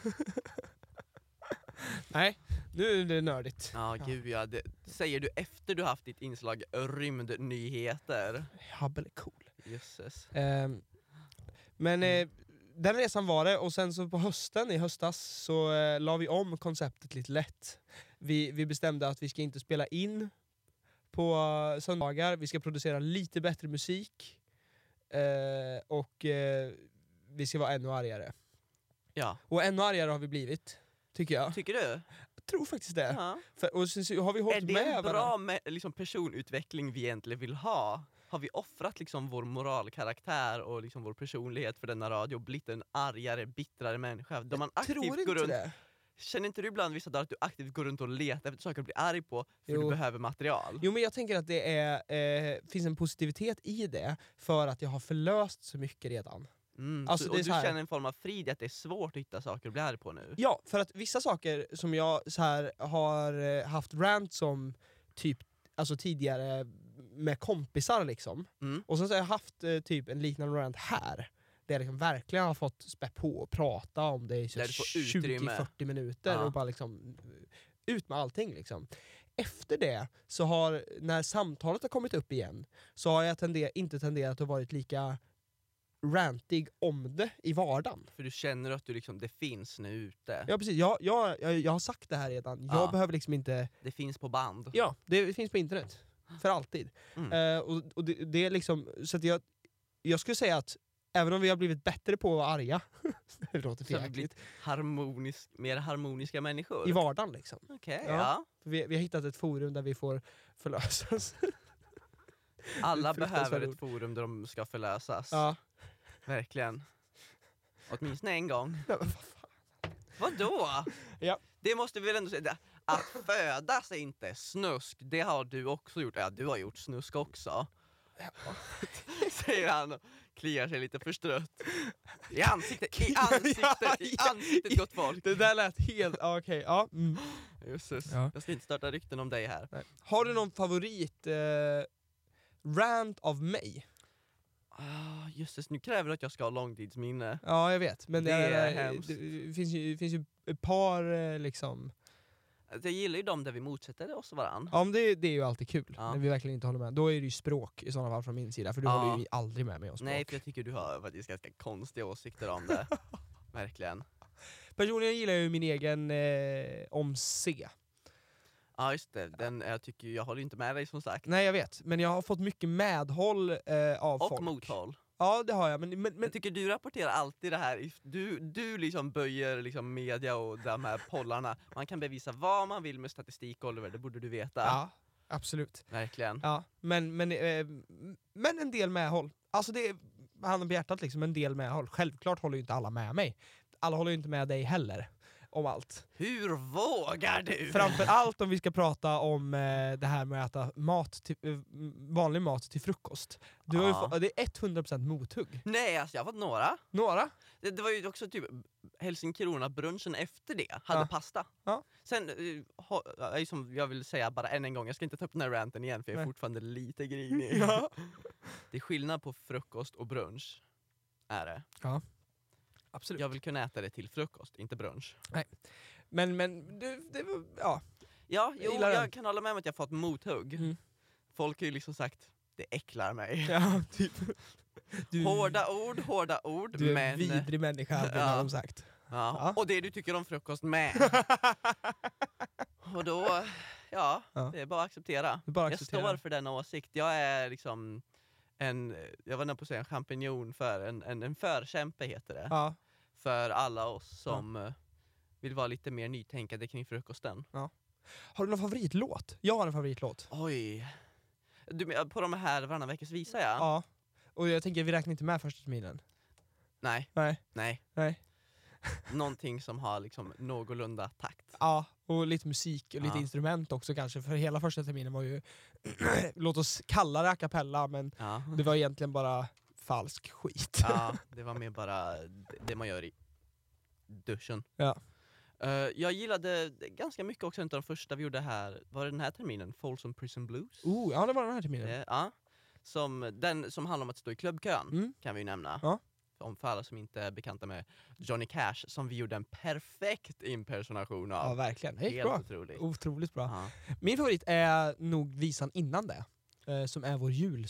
Nej, nu är det nördigt. Ja, Ja. gud ja. Det säger du efter du haft ditt inslag rymdnyheter. Hubble är cool. Jösses. Ehm, men eh, den resan var det, och sen så på hösten, i höstas, så eh, la vi om konceptet lite lätt. Vi, vi bestämde att vi ska inte spela in på söndagar. Vi ska producera lite bättre musik. Eh, och eh, vi ska vara ännu argare. Ja. Och ännu argare har vi blivit, tycker jag. Tycker du? Jag tror faktiskt det. Ja. För, och sen så har vi hållit Är det med en bra varandra. med, liksom, personutveckling vi egentligen vill ha? Har vi offrat liksom, vår moralkaraktär och liksom, vår personlighet för denna radio och blivit en argare, bittrare människa? Då man Jag aktivt tror går inte runt, det. Känner inte du ibland vissa dagar att du aktivt går runt och letar efter saker att bli arg på för Jo. du behöver material? Jo, men jag tänker att det är, eh, finns en positivitet i det för att jag har förlöst så mycket redan. Mm, Alltså, så, det är och så du här- känner en form av frid i att det är svårt att hitta saker att bli arg på nu? Ja, för att vissa saker som jag så här har eh, haft rant om typ, alltså tidigare med kompisar liksom. Mm. Och sen så har jag haft eh, typ en liknande rant här. Där jag liksom verkligen har fått spä på och prata om det i Där du får tjugo till utrymme. fyrtio minuter Ja. och bara liksom ut med allting liksom. Efter det, så har, när samtalet har kommit upp igen, så har jag tender, inte tenderat att vara lika rantig om det i vardagen. För du känner att du liksom, det finns nu ute. Ja precis, jag, jag, jag, jag har sagt det här redan, jag Ja. behöver liksom inte... Det finns på band. Ja, det finns på internet. För alltid. Mm. Eh, och och det, det är liksom, så att jag, jag skulle säga att även om vi har blivit bättre på att vara arga, det låter Så har vi fel, blivit harmonisk, mer harmoniska människor. i vardagen liksom. Okej, Ja. ja. För vi, vi har hittat ett forum där vi får förlösas. Alla Fruktansvärt behöver ord. ett forum där de ska förlösas. Ja. Verkligen. Åtminstone en gång. Men vad fan. Vadå? Ja. Det måste vi väl ändå säga. Att födas är inte snusk. Det har du också gjort. Ja, du har gjort snusk också. Säger han och kliar sig lite förstrött. I ansiktet, i ansiktet, i ansiktet gott folk. Det där lät helt... Ja, okej, ja. Mm. Jösses. Ja. Jag ska inte starta rykten om dig här. Nej. Har du någon favorit eh, rant av mig? Ah, jösses, nu kräver du att jag ska ha långtidsminne. Ja, jag vet. Men Det det, är är, hemskt. det finns ju, finns ju ett par eh, liksom... Alltså, jag gillar ju dem där vi motsätter oss varann. Ja, men det, det är ju alltid kul, Ja. när vi verkligen inte håller med. Då är det ju språk i sådana fall från min sida, för du Ja. håller ju aldrig med mig om språk. Nej, för jag tycker du har faktiskt ganska konstiga åsikter om det. Verkligen. Personligen gillar jag ju min egen eh, om C. Ja, just det. Den, jag, tycker, jag håller inte med dig som sagt. Nej, jag vet, men jag har fått mycket medhåll eh, av Och folk. mothåll. Ja, det har jag, men, men, men Jag tycker du rapporterar alltid det här. Du, du liksom böjer liksom media och de här pollarna. Man kan bevisa vad man vill med statistik, Oliver. Det borde du veta. ja, absolut. Verkligen. Ja, men, men, eh, men en del medhåll. Alltså det är handen på hjärtat liksom, en del medhåll. Självklart håller ju inte alla med mig. Alla håller ju inte med dig heller om allt. Hur vågar du? Framför allt om vi ska prata om eh, det här med att äta mat till, eh, vanlig mat till frukost. Du har ju Ja. få, det är hundra procent mothugg. Nej, alltså jag har fått några. Några? Det, det var ju också typ Helsingkrona-brunchen efter det. Hade Ja. pasta. Ja. Sen, eh, ha, eh, som jag vill säga bara än en gång, jag ska inte ta upp den här ranten igen för jag är Nej. fortfarande lite grinig. Ja. Det är skillnad på frukost och brunch. Är det. Absolut. Jag vill kunna äta det till frukost, inte brunch. Men, men det, det var, ja. Ja, Jag jo, gillar jag den. kan hålla med om att jag fått mothugg. Mm. Folk har ju liksom sagt, det äcklar mig. ja typ. Du, Hårda ord, hårda ord, du är men... en vidrig människa, hade Ja. de sagt. Ja. Ja. Och det du tycker om frukost med. Och då, ja, Ja. det är bara att acceptera. Det är bara att Jag acceptera. står för den åsikt. Jag är liksom en, jag var nära på att säga en champinjon för, en, en, en förkämpe heter det. Ja. För alla oss som eh, vill vara lite mer nytänkande kring frukosten. Har du någon favoritlåt? Jag har en favoritlåt. Oj. Du, men, på de här varannan veckas visa ja? Ja. Och jag tänker, vi räknar inte med första terminen. Nej, Nej. nej. Nej. Någonting som har liksom någorlunda takt. Ja, och lite musik och lite Ja. instrument också kanske, för hela första terminen var ju, låt oss kalla det a cappella, men Ja. det var egentligen bara falsk skit. Ja, det var mer bara det- det man gör i duschen. Ja. Eh, jag gillade ganska mycket också, en av de första vi gjorde här, var det den här terminen? Folsom Prison Blues? Oh, ja, det var den här terminen. Eh, ja. Som, den som handlar om att stå i klubbkön, Mm. kan vi ju nämna. Ja. Om för alla som inte är bekanta med Johnny Cash, som vi gjorde en perfekt impersonation av. Ja, verkligen. Det gick Helt bra. otroligt. Otroligt bra. Ja. Min favorit är nog visan innan det, eh, som är vår julsång.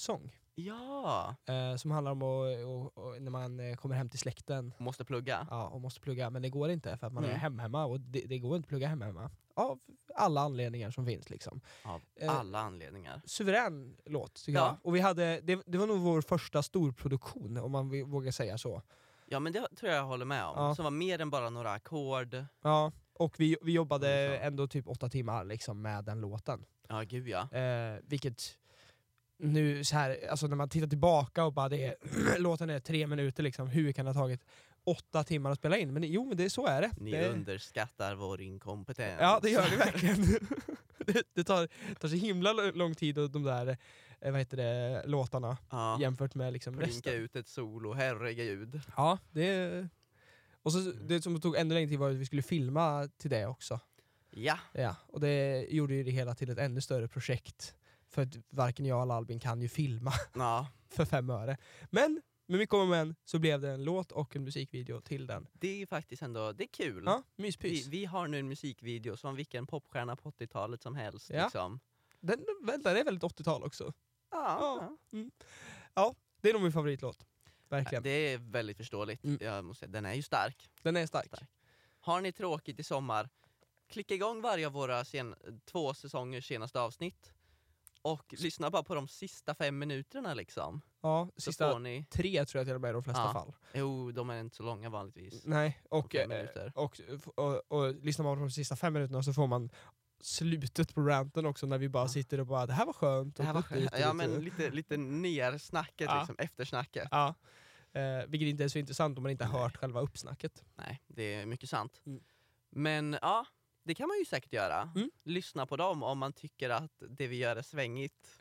Ja. Eh, som handlar om att, och, och, när man eh, kommer hem till släkten. Måste plugga. Ja, och måste plugga. Men det går inte för att man Mm. är hem hemma. Och det, det går inte att plugga hem hemma. Av alla anledningar som finns liksom. Av Eh, alla anledningar. Suverän låt tycker Ja. jag. Och vi hade, det, det var nog vår första storproduktion om man v- vågar säga så. Ja, men det tror jag jag håller med om. Ja. Som var mer än bara några ackord. Ja, och vi, vi jobbade Ja. ändå typ åtta timmar liksom med den låten. Ja, gud ja. Eh, vilket nu så här, alltså när man tittar tillbaka och bara det är, låten är tre minuter liksom, hur kan det ha tagit åtta timmar att spela in? Men jo, men det, så är det. Ni det underskattar vår inkompetens. Ja, det gör det verkligen. det, det tar, tar så himla lång tid och de där eh, vad heter det, låtarna Ja. jämfört med liksom Plinka resten. ut ett solo, herregud. Ja, det och så det som tog ännu längre tid var att vi skulle filma till det också. Ja. Ja, och det gjorde ju det hela till ett ännu större projekt. För att varken jag eller Albin kan ju filma Ja. för fem öre. Men med mycket om och men så blev det en låt och en musikvideo till den. Det är faktiskt ändå, det är kul. Ja, Vi, myspys. vi har nu en musikvideo som vilken popstjärna på åttiotalet som helst. Ja. Liksom. Den, den är väldigt åttiotal också. Ja. Ja, det är nog min favoritlåt. Verkligen. Det är väldigt förståeligt. Mm. Jag måste säga, den är ju stark. Den är stark. Stark. Har ni tråkigt i sommar, klicka igång varje av våra sen, två säsongers senaste avsnitt. Och lyssna bara på de sista fem minuterna liksom. Ja, Så sista får ni... tre tror jag till och med i de flesta Ja. fall. Jo, de är inte så långa vanligtvis. Nej, och, fem eh, minuter. och, och, och, och lyssnar man på de sista fem minuterna så får man slutet på ranten också när vi bara Ja. sitter och bara det här var skönt. Det här var och lite, ja, lite- men lite, lite nersnacket, Ja. liksom, eftersnacket. Ja. Eh, vilket inte är så intressant om man inte har Nej. hört själva uppsnacket. Nej, det är mycket sant. Mm. Men ja, det kan man ju säkert göra. Mm. Lyssna på dem om man tycker att det vi gör är svängigt.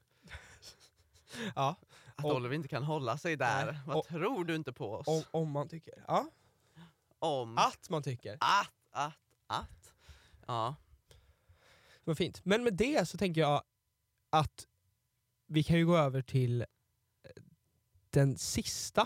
Ja, Att Och- Oliver inte kan hålla sig där. Nej. Vad Och- tror du inte på oss? om, om man tycker. Ja, om att man tycker. att, att, att. Ja. Vad fint. Men med det så tänker jag att vi kan ju gå över till eh, den sista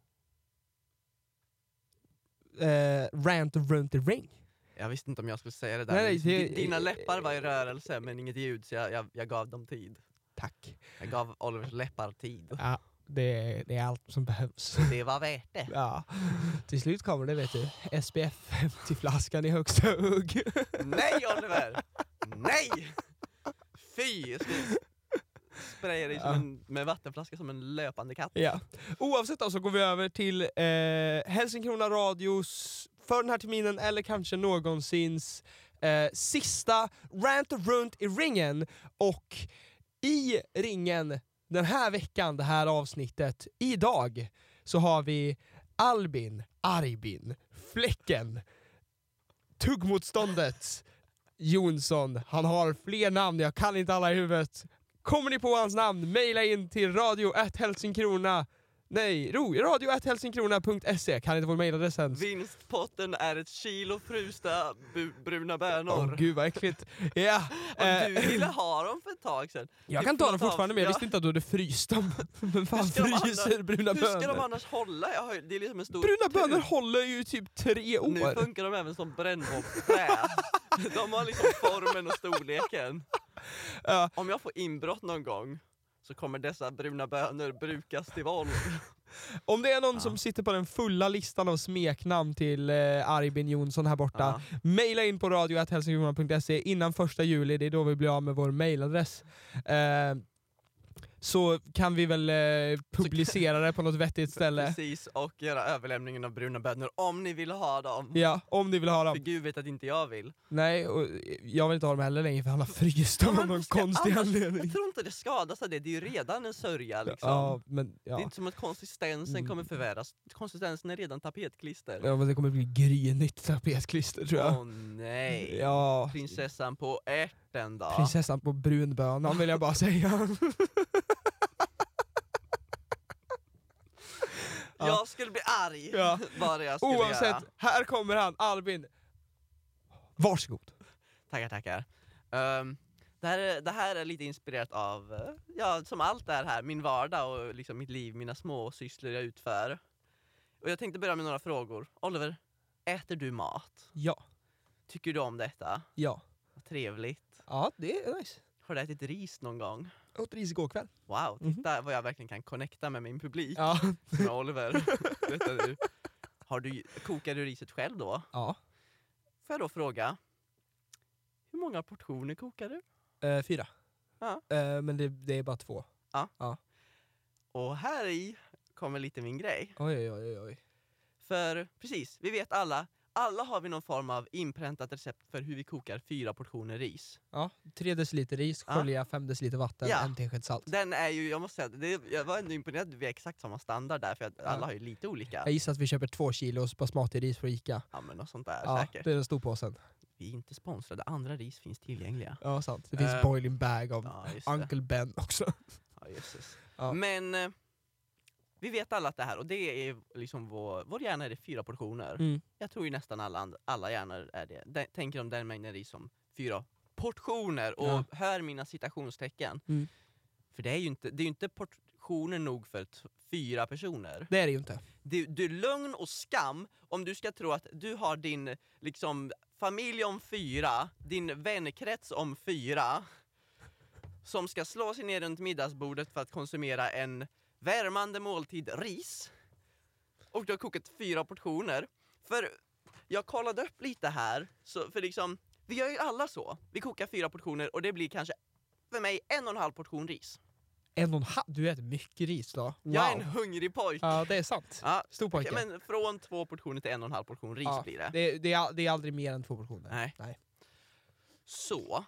eh, rant of runt the ring. Jag visste inte om jag skulle säga det där. Nej, nej, men det- Dina läppar var i rörelse men inget ljud så jag, jag, jag gav dem tid. Tack. Jag gav Olivers läppar tid. Ja, det, det är allt som behövs. Det var värt det. Ja, till slut kommer det, vet du. S P F femtio-flaskan i högsta hugg. Nej Oliver! Nej! Fy! Jag ska spraya dig som Ja. en, med vattenflaska som en löpande katt. Ja. Oavsett då så går vi över till eh, Hälsingkrona Radios för den här terminen eller kanske någonsins eh, sista rant runt i ringen. Och i ringen den här veckan, det här avsnittet, idag så har vi Albin, Arbin, Fläcken, Tuggmotståndet, Jonsson. Han har fler namn, jag kan inte alla i huvudet. Kommer ni på hans namn, mejla in till radio at helsingkrona. Nej, ro, radio at helsingkrona punkt se. Kan inte vår mejladressen? Vinstpotten är ett kilo frysta bu- bruna bönor. Åh gud vad äckligt. Ja, Och eh, du ville ha dem för ett tag sedan. jag Du kan ta får dem ta av- fortfarande men jag ja. visste inte att du hade fryst dem. Men fan Hur ska de fryser annars- bruna Hur ska de bönor? annars hålla? Jag har, det är liksom en stor Bruna tub. bönor håller ju typ tre Nu år. funkar de även som brännbollsträ. De har liksom formen och storleken. Ja, Om jag får inbrott någon gång så kommer dessa bruna bönor brukas till våld. om det är någon Ja. som sitter på den fulla listan av smeknamn till eh, Arbin Jonsson här borta, Ja. mejla in på radio at helsingkrona punkt se innan första juli, det är då vi blir av med vår mejladress. Eh, så kan vi väl eh, publicera det på något vettigt ställe. Precis, och göra överlämningen av bruna bönor om ni vill ha dem. Ja, om ni vill ha För dem. Gud vet att inte jag vill. Nej, och jag vill inte ha dem heller längre för han har fryst dem Ja, av men någon vad ska konstig annars- anledning. Jag tror inte det skadas av det, det är ju redan en sörja liksom. Ja, men Det är ja. inte som att konsistensen Mm. kommer förvärras. Konsistensen är redan tapetklister. Ja, men det kommer bli grynigt tapetklister tror jag. Åh nej. Ja, Prinsessan på ärten då. prinsessan på brunbönan vill jag bara säga. Ja. Jag skulle bli arg. Ja. Bara jag skulle Oavsett, göra. här kommer han, Albin. Varsågod. Tackar, tackar. Um, det, här är, det här är lite inspirerat av, eh, ja, som allt är här, min vardag och liksom mitt liv, mina små sysslor jag utför. Och jag tänkte börja med några frågor. Oliver, äter du mat? Ja, Tycker du om detta? ja. Vad trevligt. Ja, det är nice. Har du ätit ris någon gång? Jag åt ris igår kväll. Wow, titta mm. vad jag verkligen kan connecta med min publik. Ja. Med Oliver. Vet du? Har du, kokar du riset själv då? Ja. Får jag då fråga, hur många portioner kokar du? Eh, fyra. Ja. Eh, men det, det är bara två. Ja. Ja. Och här i kommer lite min grej. Oj, oj, oj, oj. För precis, vi vet alla, alla har vi någon form av inpräntat recept för hur vi kokar fyra portioner ris. Ja, tre deciliter ris, skölja ja. fem deciliter vatten, ja. en tesked salt. Den är ju, jag måste säga, det, jag var ändå imponerad att vi är exakt samma standard där, för att ja. alla har ju lite olika. Jag gissar att vi köper två kilos basmati ris från Ica. Ja, men något sånt där, ja, säkert. Det är den stor påsen. Vi är inte sponsrade, andra ris finns tillgängliga. Ja, sant. Det finns uh, boiling bag av ja, Uncle Ben också. Ja, Jesus. Ja. Men eh, vi vet alla att det här, och det är liksom vår, vår hjärna är det fyra portioner. Mm. Jag tror ju nästan alla, alla hjärnor är det. De, tänker om den mängden ris som fyra portioner. Och ja. hör mina citationstecken. Mm. För det är ju inte, det är ju inte portioner nog för t- fyra personer. Det är det ju inte. Det, det är lögn och skam om du ska tro att du har din liksom, familj om fyra, din vänkrets om fyra, som ska slå sig ner runt middagsbordet för att konsumera en värmande måltid ris. Och du har kokat fyra portioner. För jag kollade upp lite här, så för liksom, vi gör ju alla så. Vi kokar fyra portioner och det blir kanske för mig en och en halv portion ris. En och en halv? Du äter mycket ris då? Wow. Jag är en hungrig pojk. Ja, det är sant. Ja. Stor pojke. Okay, men från två portioner till en och en halv portion ris ja, blir det. Det, det, är, det är aldrig mer än två portioner. Nej. Nej. Så,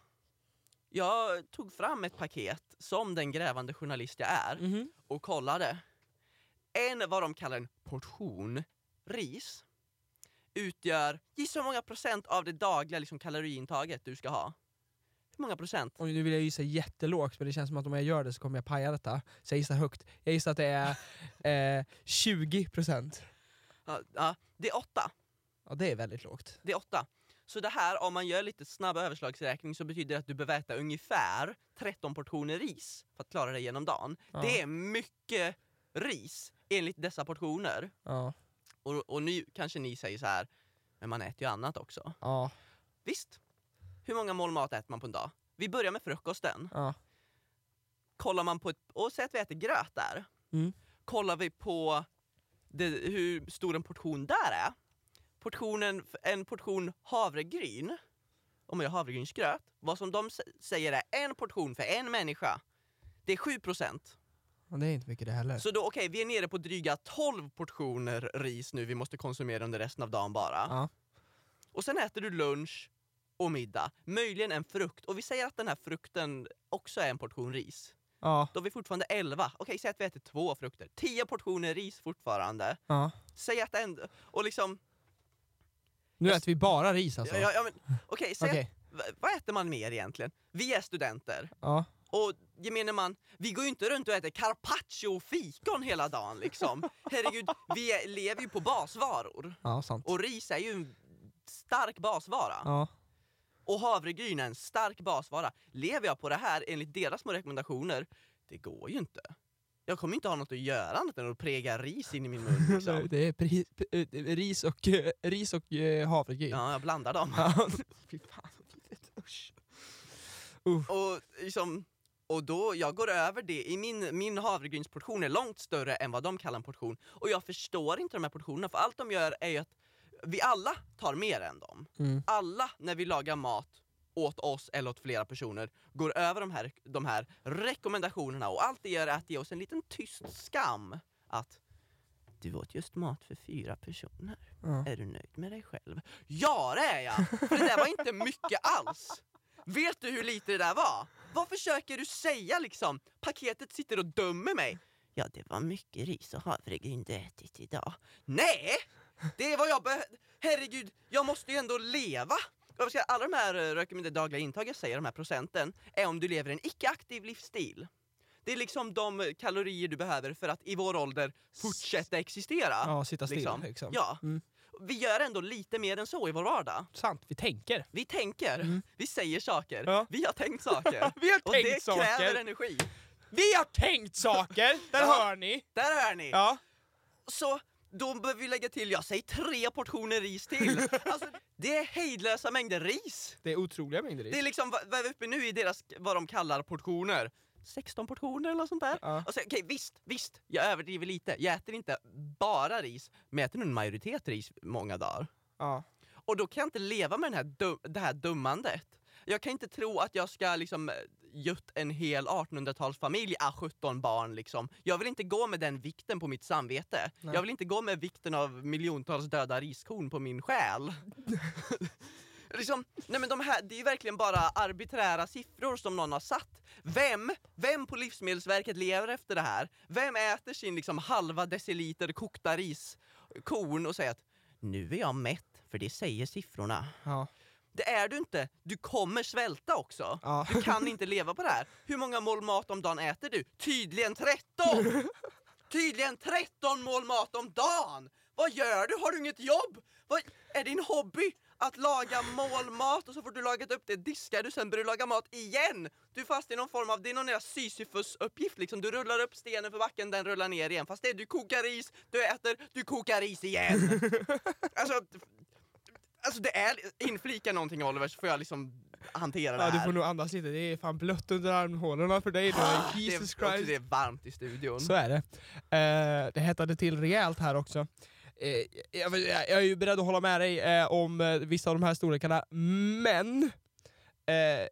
jag tog fram ett paket som den grävande journalist jag är mm-hmm. och kollade. En, vad de kallar en portion ris, utgör, gissa hur många procent av det dagliga liksom, kaloriintaget du ska ha. Hur många procent? Och nu vill jag gissa jättelågt, men det känns som att om jag gör det så kommer jag paja detta. Så jag gissar högt. Jag gissar att det är eh, tjugo procent. Ja, ja, det är åtta. Ja, det är väldigt lågt. Det är åtta. Så det här, om man gör lite snabb överslagsräkning, så betyder det att du behöver äta ungefär tretton portioner ris för att klara dig genom dagen. Ja. Det är mycket ris enligt dessa portioner. Ja. Och, och nu kanske ni säger så här, men man äter ju annat också. Ja. Visst. Hur många mål mat äter man på en dag? Vi börjar med frukosten. Ja. Kollar man på ett, och säg att vi äter gröt där. Mm. Kollar vi på det, hur stor en portion där är. Portionen, en portion havregryn, om man gör havregrynsgröt, vad som de säger är en portion för en människa. Det är sju procent. Ja, det är inte mycket det heller. Så då, okej, okay, vi är nere på dryga tolv portioner ris nu vi måste konsumera under resten av dagen bara. Ja. Och sen äter du lunch och middag. Möjligen en frukt. Och vi säger att den här frukten också är en portion ris. Ja. Då är vi fortfarande elva. Okej, okay, säg att vi äter två frukter. tio portioner ris fortfarande. Ja. Säg att en... Och liksom... Nu äter vi bara ris alltså. Ja, ja, men, okej, säg okay. att, vad äter man mer egentligen? Vi är studenter. Ja. Och gemene man, vi går ju inte runt och äter carpaccio och fikon hela dagen liksom. Herregud, vi är, lever ju på basvaror. Ja, sant. Och ris är ju en stark basvara. Ja. Och havregryn är en stark basvara. Lever jag på det här enligt deras små rekommendationer, det går ju inte. Jag kommer inte ha något att göra annat än att präga ris in i min mun liksom. Det är pri, pri, ris och, uh, ris och uh, havregryn. Ja, jag blandar dem. Fy fan, usch. Uh. Och liksom... Och då, jag går över det, i min, min havregrynsportion är långt större än vad de kallar en portion. Och jag förstår inte de här portionerna, för allt de gör är ju att vi alla tar mer än dem. Mm. Alla, när vi lagar mat åt oss eller åt flera personer, går över de här, de här rekommendationerna. Och allt det gör är att ge oss en liten tyst skam. Att, du åt just mat för fyra personer. Mm. Är du nöjd med dig själv? Ja, det är jag! För det där var inte mycket alls. Vet du hur lite det där var? Vad försöker du säga liksom? Paketet sitter och dömer mig. Ja, det var mycket ris och havregryn du ätit idag. Nej! Det är vad jag behöver. Herregud, jag måste ju ändå leva. Alla de här rekommenderade dagliga intag jag säger, de här procenten, är om du lever en icke-aktiv livsstil. Det är liksom de kalorier du behöver för att i vår ålder fortsätta existera. Ja, sitta still liksom. liksom. Ja. Mm. Vi gör ändå lite mer än så i vår vardag. Sant, vi tänker. Vi tänker, mm. vi säger saker. Ja. Vi har tänkt saker. Vi har och tänkt det saker. kräver energi. Vi har tänkt saker, där ja. hör ni. Där hör ni. Ja. Så då behöver vi lägga till, jag säger tre portioner ris till. Alltså, det är hejdlösa mängder ris. Det är otroliga mängder ris. Det är liksom, vad vad är vi uppe nu i deras, vad de kallar portioner? sexton portioner eller något sånt där. Ja. Alltså, okej, visst, visst, jag överdriver lite. Jag äter inte bara ris, men jag äter nog en majoritet ris många dagar. Ja. Och då kan jag inte leva med den här dum, det här dummandet. Jag kan inte tro att jag ska liksom gjort en hel artonhundratalsfamilj av sjutton barn liksom. Jag vill inte gå med den vikten på mitt samvete. Nej. Jag vill inte gå med vikten av miljontals döda riskorn på min själ. liksom, nej men de här, det är ju verkligen bara arbiträra siffror som någon har satt. Vem, vem på Livsmedelsverket lever efter det här? Vem äter sin liksom halva deciliter kokta riskorn och säger att nu är jag mätt, för det säger siffrorna. Ja. Det är du inte. Du kommer svälta också. Ja. Du kan inte leva på det här. Hur många mål mat om dagen äter du? Tydligen tretton! Tydligen tretton mål mat om dagen! Vad gör du? Har du inget jobb? Vad är din hobby? Att laga målmat och så får du lagat upp det, diskar du, sen börjar du laga mat igen. Du är fast i någon form av, det är någon jävla Sisyfus-uppgift liksom. Du rullar upp stenen för backen, den rullar ner igen. Fast det är, du kokar ris, du äter, du kokar ris igen. alltså, alltså det är, inflika någonting Oliver så får jag liksom hantera det Ja, här. du får nog andas lite. Det är fan blött under armhålorna för dig. Ah, Jesus det, är, Christ. det är varmt i studion. Så är det. Eh, det hettade till rejält här också. Eh, jag, jag, jag är ju beredd att hålla med dig eh, om eh, vissa av de här storlekarna, men eh,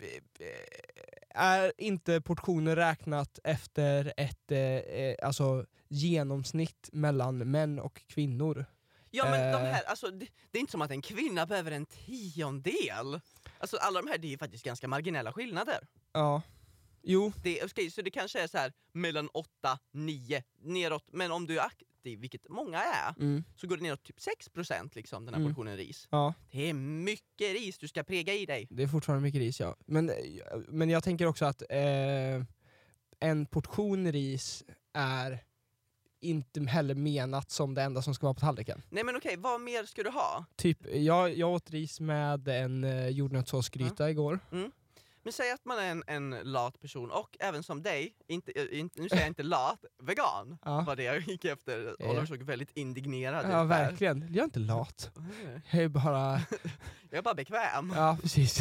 är inte portioner räknat efter ett eh, eh, alltså genomsnitt mellan män och kvinnor? Ja men de Eh. här, alltså det, det är inte som att en kvinna behöver en tiondel. Alltså alla de här, det är faktiskt ganska marginella skillnader. Ja. Jo. Det, okay, så det kanske är så här mellan åtta, nio, neråt. Men om du är aktiv, vilket många är, Mm. så går det neråt typ sex procent liksom, den här Mm. portionen ris. Ja. Det är mycket ris du ska prega i dig. Det är fortfarande mycket ris, ja. Men, men jag tänker också att eh, en portion ris är inte heller menat som det enda som ska vara på tallriken. Nej men okej, vad mer ska du ha? Typ, jag, jag åt ris med en eh, jordnötssåsgryta igår. Men säg att man är en, en lat person och även som dig, inte, äh, inte, nu säger jag inte lat, vegan. Ja. Var det jag gick efter. Ja. Oliver såg väldigt indignerad Ja, ut där. verkligen. Jag är inte lat. Jag är bara... Jag är bara bekväm. Ja, precis.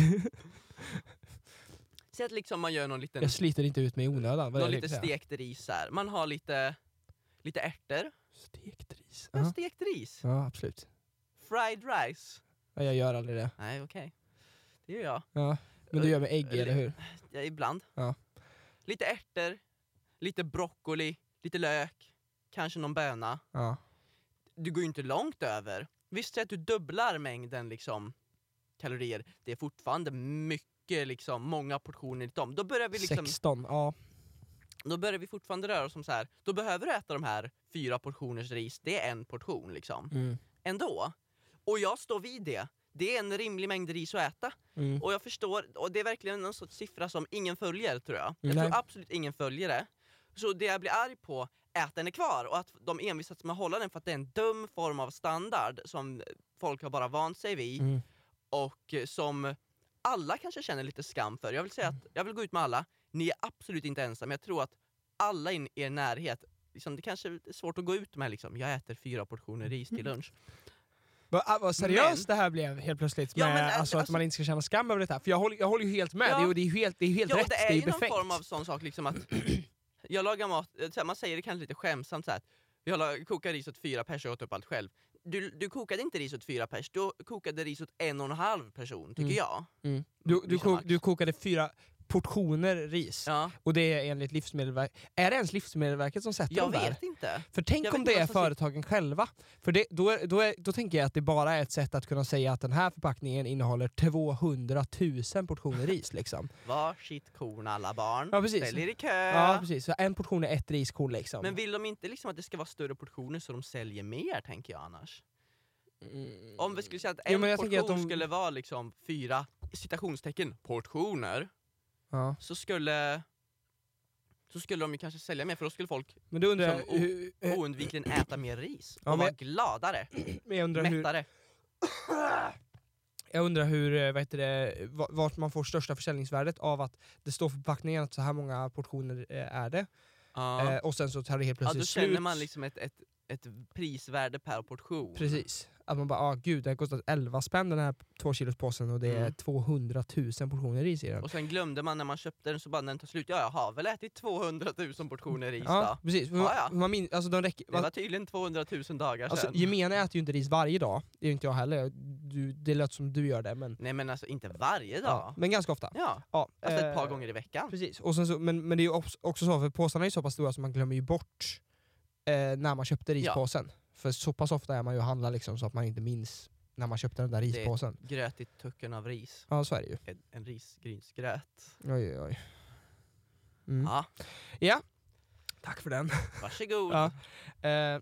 Säg att liksom man gör någon liten, Jag sliter inte ut mig i onödan. Vad är någon det lite jag tänkte säga? stekt ris här. Man har lite, lite ärtor. Stekt ris. Ja. Ja. Stekt ris. Ja, absolut. Fried rice. Ja, jag gör aldrig det. Nej, okej. Det gör jag. Ja. Men du gör med ägg, Eller- eller hur? Ja, ibland. Ja. Lite ärtor, lite broccoli, lite lök, kanske någon böna. Ja. Du går ju inte långt över. Visst är att du dubblar mängden liksom kalorier. Det är fortfarande mycket liksom, många portioner lite om. Då börjar vi liksom, sexton, ja. då börjar vi fortfarande röra oss som så här. Då behöver du äta de här fyra portioners ris. Det är en portion liksom. Mm. Ändå. Och jag står vid det. Det är en rimlig mängd ris att äta. Mm. Och jag förstår, och det är verkligen en sorts siffra som ingen följer tror jag. Jag Nej. tror absolut ingen följer det. Så det jag blir arg på är att den är kvar och att de envisats med att hålla den för att det är en dum form av standard som folk har bara vant sig vid Mm. och som alla kanske känner lite skam för. Jag vill säga att jag vill gå ut med alla. Ni är absolut inte ensamma. Jag tror att alla i er närhet, liksom, det kanske är svårt att gå ut med liksom, jag äter fyra portioner ris till lunch. Vad, ah, vad seriöst Men- det här blev helt plötsligt Ja, med men, äh, alltså, att alltså- man inte ska känna skam över det här. För jag håller, jag håller ju helt med, Ja. det, är, ju- det är ju helt, det är ju helt Ja, rätt, det det är är ju ju någon befängt. form av sån sak liksom att jag lagar mat, så här, man säger det kanske lite skämsamt så här, att jag lag- kokar ris åt fyra pers och åt upp allt själv. Du, du kokade inte ris åt fyra pers, du kokade ris åt en och en halv person, tycker Mm. jag. Mm. Du, du, Vissa ko- max. du kokade fyra portioner ris, Ja, och det är enligt Livsmedelsverket. Är det ens Livsmedelsverket som sätter jag dem där? vet inte. För tänk Jag om vet det inte är vad som företagen själva. För det, då, är, då, är, då tänker jag att det bara är ett sätt att kunna säga att den här förpackningen innehåller tvåhundratusen portioner ris liksom. Varsitt korn alla barn, Ja, precis. ställ er i kö. Ja, precis. Så en portion är ett riskorn liksom. Men vill de inte liksom att det ska vara större portioner så de säljer mer, tänker jag annars? Mm. Om vi skulle säga att Jo, en men jag tänker portion att de- skulle vara liksom fyra citationstecken portioner, Ja. så skulle så skulle de ju kanske sälja mer, för då skulle folk Men då undrar jag, Som o- hur, eh, oundvikligen äta mer ris Ja, och men- vara gladare, men jag undrar hur, mättare. jag undrar hur, eh, vad heter det, va- vart man får största försäljningsvärdet av att det står på förpackningen att så här många portioner eh, är det. Ja. Eh, och sen så tar det helt Ja, plötsligt då slut. känner man liksom ett, ett ett prisvärde per portion. Precis. Att man bara, ah gud, det har kostat elva spänn den här två kilos påsen och det är Mm. tvåhundratusen portioner ris i den. Och sen glömde man när man köpte den så bara när den tar slut, ja jag har väl ätit tvåhundratusen portioner ris Ja, då. precis. Ja, ja. Man min, alltså de räcker, Det var tydligen tvåhundratusen dagar alltså, sedan. gemene äter ju inte ris varje dag. Det är ju inte jag heller. Du, det låter som du gör det, men, Nej men alltså inte varje dag. ja, men ganska ofta. Ja, Ja, alltså ett par eh, gånger i veckan. Precis. Och sen så, men, men det är ju också- också så, för påsarna är ju så pass stora så man glömmer ju bort eh, när man köpte rispåsen. För så pass ofta är man ju och handlar liksom, så att man inte minns när man köpte den där rispåsen. Gröt i tucken av ris. Ja, så är det ju. En, en risgrynsgröt. Oj, oj, oj. Mm. Ja, Ja, tack för den. varsågod. Ja. Eh,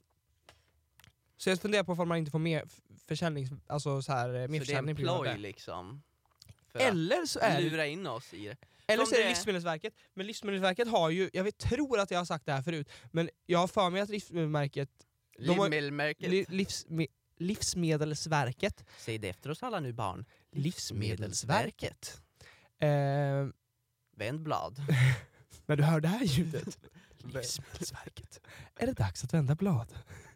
så jag funderar på om man inte får mer f- försäljnings, alltså så här, eh, mer Så det är försäljning en på grund av ploj det. liksom. För Eller så är att det, lura in oss i det. eller som så är det det- Livsmedelsverket. Men Livsmedelsverket har ju, jag vet, tror att jag har sagt det här förut, men jag har för mig att Livsmedelsverket, De har- Livsmedelsverket. li, livsme, Livsmedelsverket, Säg det efter oss alla nu barn. Livsmedelsverket. Eh, Vänd blad. när du hör det här ljudet, Livsmedelsverket, är det dags att vända blad.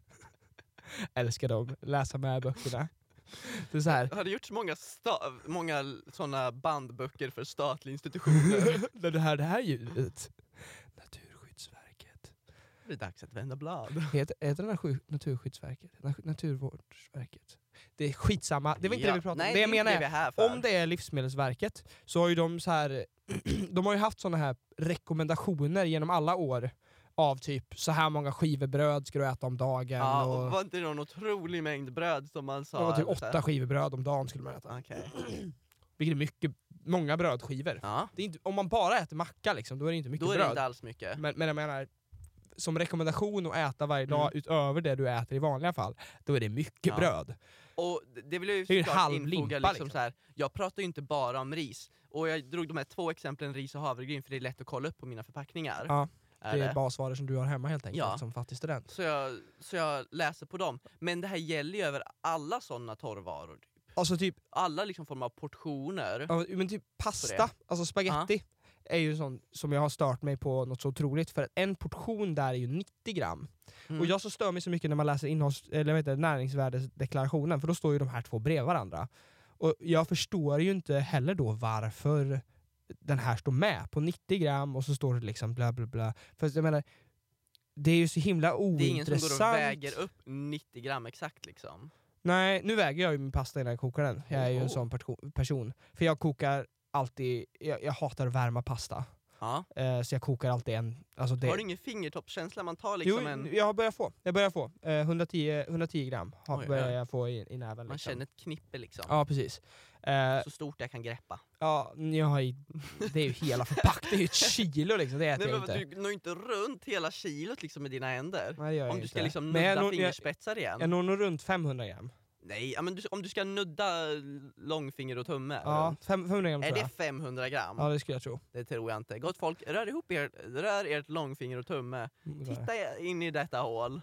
Älskar dem, läsa med böckerna. Det är så här. Har det gjorts många, sta- många såna bandböcker för statliga institutioner? När du hör det här ljudet, Naturskyddsverket. Det är dags att vända blad. Heter, heter den här sju- Naturskyddsverket? Nat- Naturvårdsverket? Det är skitsamma, det var inte Ja. det vi pratade Nej, om. Det jag är inte menar det vi är, är här för. om det är Livsmedelsverket så har ju de så här de har ju haft såna här rekommendationer genom alla år av typ så här många skivor bröd ska du äta om dagen. Ja, och och var inte det någon otrolig mängd bröd som man sa? det var typ eller så här? åtta skivor bröd om dagen skulle man äta. Okej. Vilket är mycket, många brödskivor. Ja, Det är inte, om man bara äter macka liksom, då är det inte mycket då är det bröd. inte alls mycket. Men, men jag menar, som rekommendation att äta varje dag Mm. utöver det du äter i vanliga fall, då är det mycket Ja. bröd. Och det vill jag ju Det är ju en såklart halv infoga limpa, liksom, liksom. så här. Jag pratar ju inte bara om ris. Och jag drog de här två exemplen ris och havregryn för det är lätt att kolla upp på mina förpackningar. Ja, Är det är det? basvaror som du har hemma helt enkelt, Ja. som fattig student. Så, jag, så jag läser på dem. Men det här gäller ju över alla sådana torrvaror. Alltså typ, Alla liksom former av portioner. ja, men typ pasta, alltså spaghetti, är ju sån som jag har stört mig på något så otroligt. För att en portion där är ju nittio gram. Mm. Och jag så stör mig så mycket när man läser innehålls, eller vad heter det, näringsvärdesdeklarationen, för då står ju de här två bredvid varandra. Och jag förstår ju inte heller då varför den här står med på nittio gram och så står det liksom bla bla bla. För jag menar, det är ju så himla Det är ingen ointressant. som går och väger upp nittio gram exakt liksom. Nej, nu väger jag ju min pasta innan jag kokar den. Jag är ju en Oh. sån perso- person. För jag kokar alltid, jag, jag hatar att värma pasta. Ja. Eh, så jag kokar alltid en, alltså det, Har du ingen fingertoppskänsla? Man tar liksom jo, en... jag börjar få. Jag börjar få. Eh, hundratio, hundratio gram har, Oj, börjar ja. jag få i, i näven. Man liksom. känner ett knippe liksom. Ja, precis. Eh, Så stort jag kan greppa. ja, jag har ju, det är ju hela förpackningen, det är ju ett kilo liksom, det äter Nej, jag men inte. du når inte runt hela kilot liksom med dina händer. Nej, det gör jag Om du inte. ska liksom Men jag nudda når- jag- fingerspetsar igen. Jag når nog runt femhundra gram. Nej, ja, men du, om du ska nudda långfinger och tumme Ja, runt. fem, femhundra gram Är tror det jag. femhundra gram? Ja, det skulle jag tro. Det tror jag inte. Gott folk, rör ihop er, rör ert långfinger och tumme. Mm, det är det. Titta in i detta hål.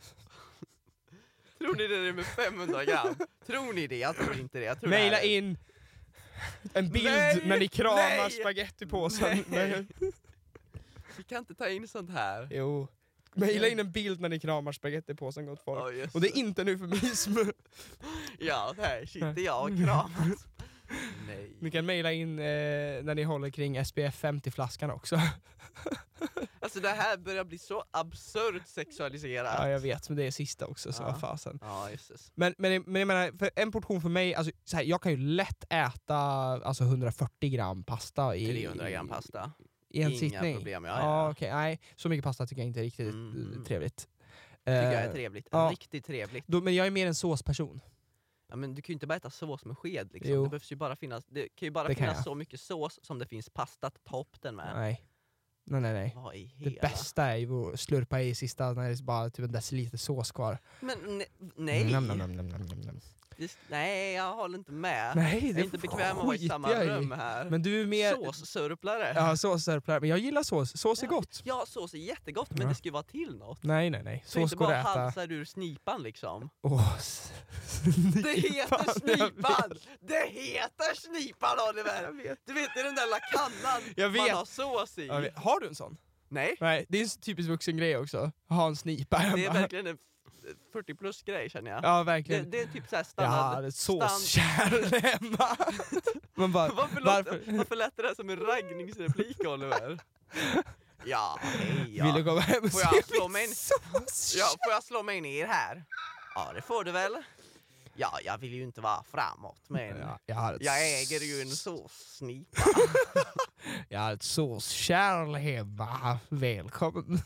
Tror ni det är med femhundra gram? Tror ni det? Jag tror inte det. Jag tror det Maila här är- in en bild Nej, när ni kramar nej, spagettipåsen. nej. Vi kan inte ta in sånt här. Jo. Maila in en bild när ni kramar spagettipåsen, gott folk. Ja, just Och det är det. inte en eufemism. Ja, här sitter jag och kramas. Nej. Ni kan maila in eh, när ni håller kring S P F femtio-flaskan också. Alltså det här börjar bli så absurt sexualiserat. Ja, jag vet, men det är sista också, så Ja. vad fasen. Ja, just det. Men, men, men jag menar, för en portion för mig, alltså, så här, jag kan ju lätt äta alltså, hundrafyrtio gram pasta i, trehundra gram pasta. i en Inga sittning. problem, ja, Ja, ja. okej, nej, så mycket pasta tycker jag inte är riktigt Mm. eh, trevligt. Tycker jag är Eh, trevligt. ja. Riktigt trevligt. då, men jag är mer en såsperson. Ja, men du kan ju inte bara äta sås med sked liksom. Jo. Det behövs ju bara finnas, det kan ju bara Det kan finnas jag. så mycket sås som det finns pasta att ta upp den med. Nej. Nej, nej, nej. Vad i Det hela... bästa är ju att slurpa i sista när det är bara typ en deciliter sås kvar. Men ne- nej. Nam, nam, nam, nam, nam, nam, nam. Det, nej, jag håller inte med. Nej, jag det är inte bekväm att vara i skiter samma jag i. rum här. Men du är mer... Såssörplare. Ja, såssörplare. Men jag gillar sås. Sås är Ja. gott. Ja, sås är jättegott, men Ja. det ska ju vara till något. Nej, nej, nej. Så Sås inte går bara att äta. halsar ur snipan liksom. Åh, s- Det heter jag snipan! vet. Det heter snipan, Oliver! Du vet, det är den där lilla kannan Jag man vet. har sås i. Jag vet. Har du en sån? Nej, Nej, det är en typisk vuxen grej också. Ha en snipa hemma. det är verkligen en, fyrtio plus grej känner jag. Ja, Det, verkligen. det är typ såhär Jag standard. hade ett såskärl hemma. Man bara, varför, varför? Låter, varför lät det där som en raggningsreplik, Oliver? Ja, hej, ja. Vill du komma hem och Får se jag slå min mig in? såskärl? Ja, får jag slå mig ner här? Ja, det får du väl. Ja, jag vill ju inte vara framåt, men Ja, jag, har ett jag äger ju en såssnipa. Jag har ett såskärl hemma. Välkommen.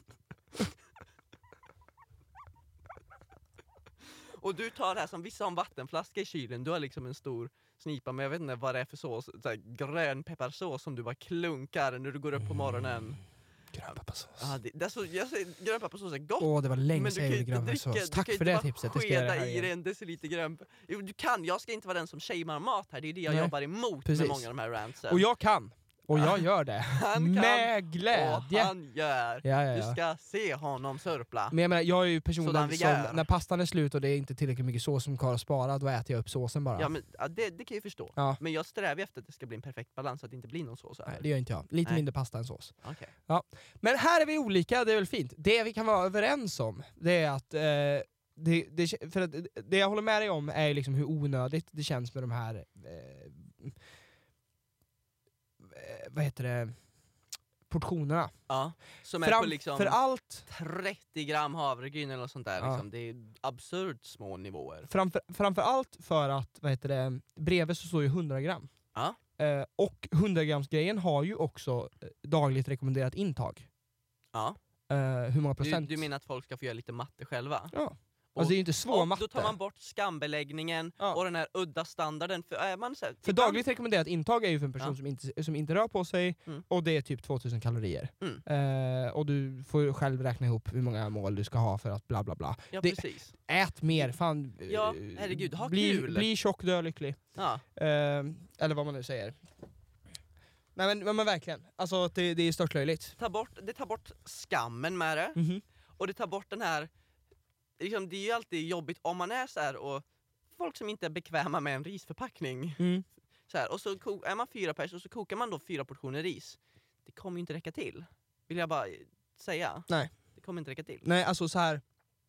Och du tar det här som vissa har en vattenflaska i kylen. Du har liksom en stor snipa, men jag vet inte vad det är för sås. Så här, grön pepparsås som du bara klunkar när du går upp på morgonen. Grönpepparsås. Ja, det, det är så, jag säger, grön pepparsås är gott. Åh, det var länge Men du sedan kan jag ju gjorde inte dricka, grönpepparsås. du Tack kan ju för inte det bara tipset. Det ska jag göra skeda här i igen. dig en deciliter grön. Jo, du kan, jag ska inte vara den som shamear mat här. Det är det jag Nej. jobbar emot Precis. med många av de här rantsen. Och jag kan. Och jag gör det. Han kan. Med Och glädje. han gör. Ja, ja, Du ja. ska se honom sörpla. Men jag menar, jag är ju Sådan personen vi som, gör. när pastan är slut och det är inte tillräckligt mycket sås som kvar att spara, då äter jag upp såsen bara. Ja, men, ja, det, det kan jag förstå. Ja. Men jag strävar efter att det ska bli en perfekt balans så att det inte blir någon sås över. Nej, det gör inte jag. Lite Nej. mindre pasta än sås. Okej. Men här är vi olika, det är väl fint. Det vi kan vara överens om, det är att eh, det, det, för att det jag håller med dig om är ju liksom hur onödigt det känns med de här eh, vad heter det, portionerna. Ja. Som är Fram, på liksom för allt, trettio gram havregryn eller något sånt där. Ja. Liksom. Det är absurt små nivåer. framför, framför allt för att, vad heter det, bredvid så står ju hundra gram. Ja. Eh, och hundra grams grejen har ju också eh, dagligt rekommenderat intag. Ja. Eh, hur många Du, procent? du menar att folk ska få göra lite matte själva? Ja. Och, Alltså det är ju inte svår och matte. då tar man bort skambeläggningen Ja. och den här udda standarden. För, är man så här, För ibland- dagligt rekommenderat intag är ju för en person Ja. som, inte, som inte rör på sig, Mm. och det är typ tvåtusen kalorier. Mm. Eh, och du får själv räkna ihop hur många mål du ska ha för att bla bla bla. Ja, det- precis. Ät mer, fan. eh, Ja, herregud, ha bli, kul. bli tjock, dö lycklig. Ja. Eh, eller vad man nu säger. Nej men, men, men verkligen, alltså det, det är störtlöjligt. Ta bort, det tar bort skammen med det. Mhm. Och det tar bort den här, liksom, det är ju alltid jobbigt om man är så här och folk som inte är bekväma med en risförpackning. Mm. Så här, och så ko- är man fyra personer och så kokar man då fyra portioner ris. Det kommer ju inte räcka till. Vill jag bara säga. Nej. Det kommer inte räcka till. Nej, alltså så här.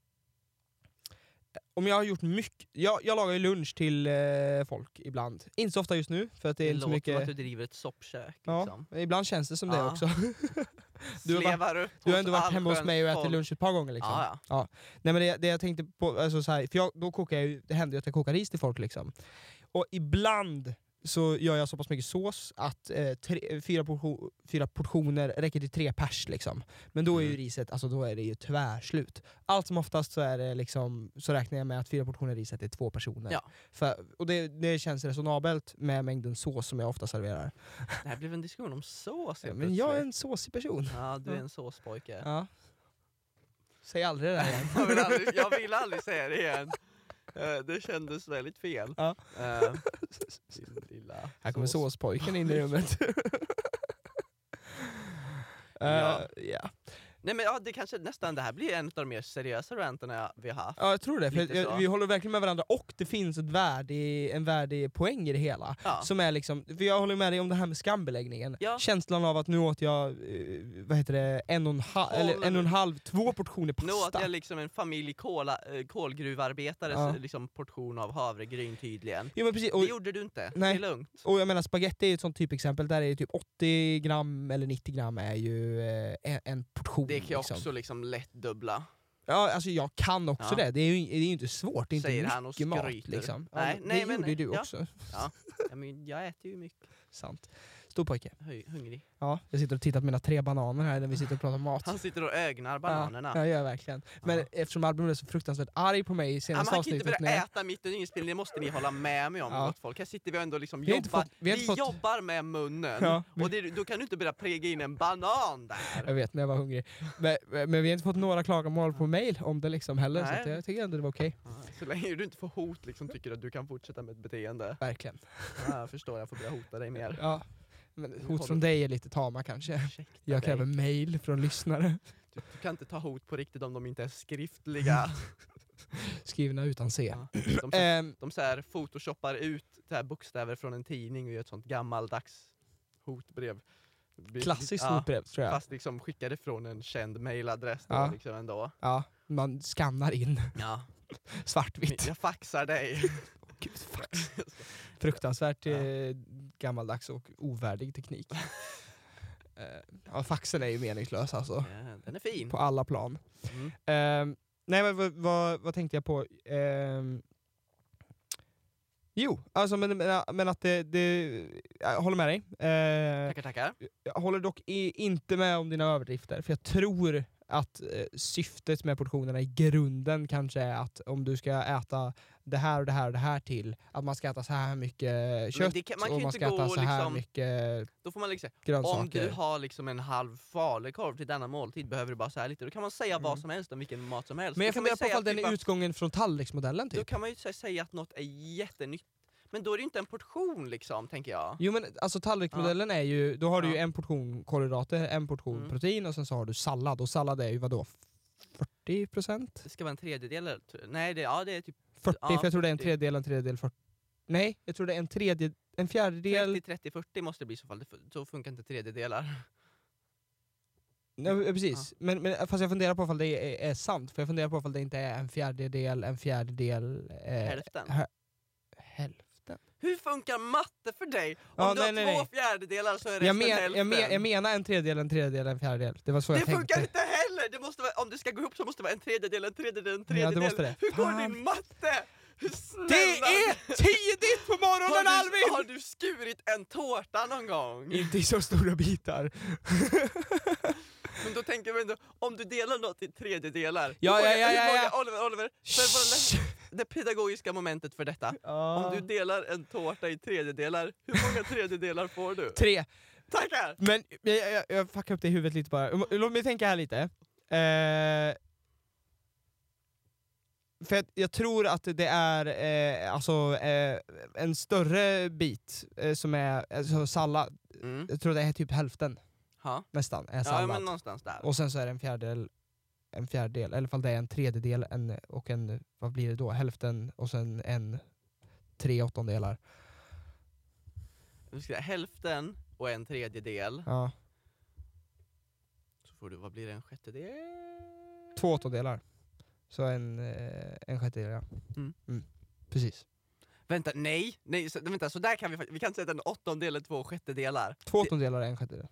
Om jag har gjort mycket, jag, jag lagar ju lunch till eh, folk ibland. Inte så ofta just nu, för att det är Det inte så låter mycket. som att du driver ett soppkök. Ja, Liksom. ibland känns det som det Ja. också. Du har varit- Slevar upp Du har hos ändå varit hemma hos allsköns mig och ätit folk. lunch ett par gånger liksom. Ja, ja. Nej men det, det jag tänkte på, alltså så här, för jag, då kokar jag ju, det händer ju att jag kokar ris till folk liksom. Och ibland så gör jag så pass mycket sås att eh, tre, fyra, portion, fyra portioner räcker till tre pers liksom. Men då är ju Mm. riset, alltså då är det ju tvärslut. Allt som oftast så är det liksom, så räknar jag med att fyra portioner riset är två personer. Ja. För, och det, det känns resonabelt med mängden sås som jag ofta serverar. Det här blev en diskussion om sås. Ja, helt men jag är plötsligt. en såsig person. Ja, du är Ja. en såspojke. Ja. Säg aldrig det där igen. Jag vill aldrig, jag vill aldrig säga det igen. Eh, det kändes väldigt fel. Ja. Eh, din lilla Här kommer sås. såspojken in i rummet. Ja. ja. Ja. Nej men ja, det kanske nästan, det här blir en av de mer seriösa ranterna vi har haft. ja, jag tror det. För Lite jag, så. vi håller verkligen med varandra och det finns ett värde, en värdig poäng i det hela. Ja. Som är liksom, för jag håller med dig om det här med skambeläggningen. Ja. Känslan av att nu åt jag eh, vad heter det, en och en, halv, eller en och en halv, två portioner Nu åt pasta. jag liksom en familj kola, eh, kolgruvarbetares Ja. liksom, portion av havregryn tydligen. Jo, men precis, Det och, gjorde du inte, Nej. det är lugnt. och jag menar spaghetti är ett sånt typexempel, där är det typ åttio gram eller nittio gram är ju eh, en, en portion. Det kan jag liksom. också liksom lätt dubbla. Ja, alltså jag kan också Ja. det. Det är ju det är ju inte svårt, det är inte Säger han och mycket mat skryter. liksom. Nej, ja, nej, det men- gjorde ju du ja. också. Ja. Ja, men jag äter ju mycket. Sant. Stor pojke. Höj, hungrig. Ja, jag sitter och tittar på mina tre bananer här när vi sitter och pratar mat. Han sitter och ögnar bananerna. Ja, jag gör verkligen. Men Ja. eftersom Albin blev så fruktansvärt arg på mig i Ja, men senaste han kan inte avsnittet. börja när- äta mitt under inspelningen, det måste ni hålla med mig om, Ja. gott folk. Här sitter vi och ändå liksom Vi har inte jobbar, fått- vi har vi inte fått- jobbar med munnen. Ja, vi- Och det, då kan du inte börja präga in en banan där. Jag vet, men jag var hungrig. Men, men vi har inte fått några klagomål på mail om det liksom heller, så Nej. att jag tycker ändå det var okej. Ja, så länge du inte får hot liksom, tycker att du kan fortsätta med ett beteende. Verkligen. Ja, jag förstår, jag får börja hota dig mer. Ja. Men hot håller- från dig är lite tama kanske. Ursäkta Jag dig. kräver mail från lyssnare. Du, du kan inte ta hot på riktigt om de inte är skriftliga. Skrivna utan C. Ja. De, så, Ehm, de så här photoshoppar ut så här bokstäver från en tidning och gör ett sånt gammaldags hotbrev. Det blir- klassiskt ja, hotbrev tror jag. Fast liksom skickade från en känd mailadress då, Ja. liksom ändå. Ja, man skannar in Ja. svartvitt. Jag faxar dig. Gud, fax. Fruktansvärt Ja. eh, gammaldags och ovärdig teknik. eh, ja, faxen är ju meningslös alltså. Ja, den är fin. På alla plan. Mm. Eh, nej, men vad, vad, vad tänkte jag på? Eh, jo, alltså men, men, men att det, det... Jag håller med dig. Eh, Tackar, tackar. jag håller dock i, inte med om dina överdrifter, för jag tror att eh, syftet med portionerna i grunden kanske är att om du ska äta det här och det här och det här till, att man ska äta så här mycket kött det kan- man kan och ju man inte ska äta gå så här liksom- mycket Då får man liksom, grönsaker. om du har liksom en halv falukorv till denna måltid behöver du bara så här lite. Då kan man säga Mm. vad som helst om vilken mat som helst. Men jag Då kan man ju funderar på säga ifall den typ är att- utgången från tallriksmodellen Då typ. kan man ju sä- säga att något är jättenytt. Men då är det ju inte en portion liksom, tänker jag. Jo men alltså tallriksmodellen är ju, då har du ju Ja. en portion kolhydrater, en portion Mm. protein och sen så har du sallad. Och sallad är ju vadå? fyrtio procent? Det ska vara en tredjedel eller? t- Nej, det, ja det är typ fyrtio, Ja, för jag tror det är en fyrtio. tredjedel, en tredjedel, fyrtio. Nej, jag tror det är en tredje, en fjärdedel. trettio, trettio, fyrtio måste det bli i så fall. Det f- Så funkar inte tredjedelar. Nej, precis. Men, men fast jag funderar på ifall det är, är sant. För jag funderar på ifall det inte är en fjärdedel, en fjärdedel... Eh, Hälften. hä- hälften? Hur funkar matte för dig? Om Ja, du nej, har nej, två nej. fjärdedelar så är resten Jag, men, hälften. jag, men, jag menar en tredjedel, en tredjedel, en fjärdedel. Det var så det jag funkar tänkte. inte heller! Det måste vara, om det ska gå ihop så måste det vara en tredjedel, en tredjedel, en tredjedel. Ja, det måste det. Hur går Fan. din matte? Hur snälla? Det är tidigt på morgonen, har, du, Alvin! har du skurit en tårta någon gång? Inte i så stora bitar. Men då tänker man ändå, om du delar något i tredjedelar. Ja, hur ja, många- ja, hur ja, många- ja. Oliver, Oliver, för våra lä- det pedagogiska momentet för detta. Om du delar en tårta i tredjedelar, hur många tredjedelar får du? Tre. Tackar! Men jag, jag, jag fuckar upp det i huvudet lite bara. Låt mig tänka här lite. Eh, för jag, jag tror att det är eh, alltså, eh, en större bit eh, som är alltså, sallad. Mm. Jag tror det är typ hälften Ha. nästan är Ja, sallad. men någonstans där. Och sen så är det en fjärdedel, en fjärdedel, eller fall det är en tredjedel en, och en, vad blir det då? Hälften och sen en tre åttondelar. Du ska säga hälften och en tredjedel. Ja, Så får du, vad blir det, en sjättedel? två åttondelar. Så en, eh, en sjättedel, ja. Mm. Precis. Vänta, nej! nej så, vänta, så där kan vi fakt- vi kan inte säga att en åttondel är två sjättedelar. Två åttondelar är en sjättedel.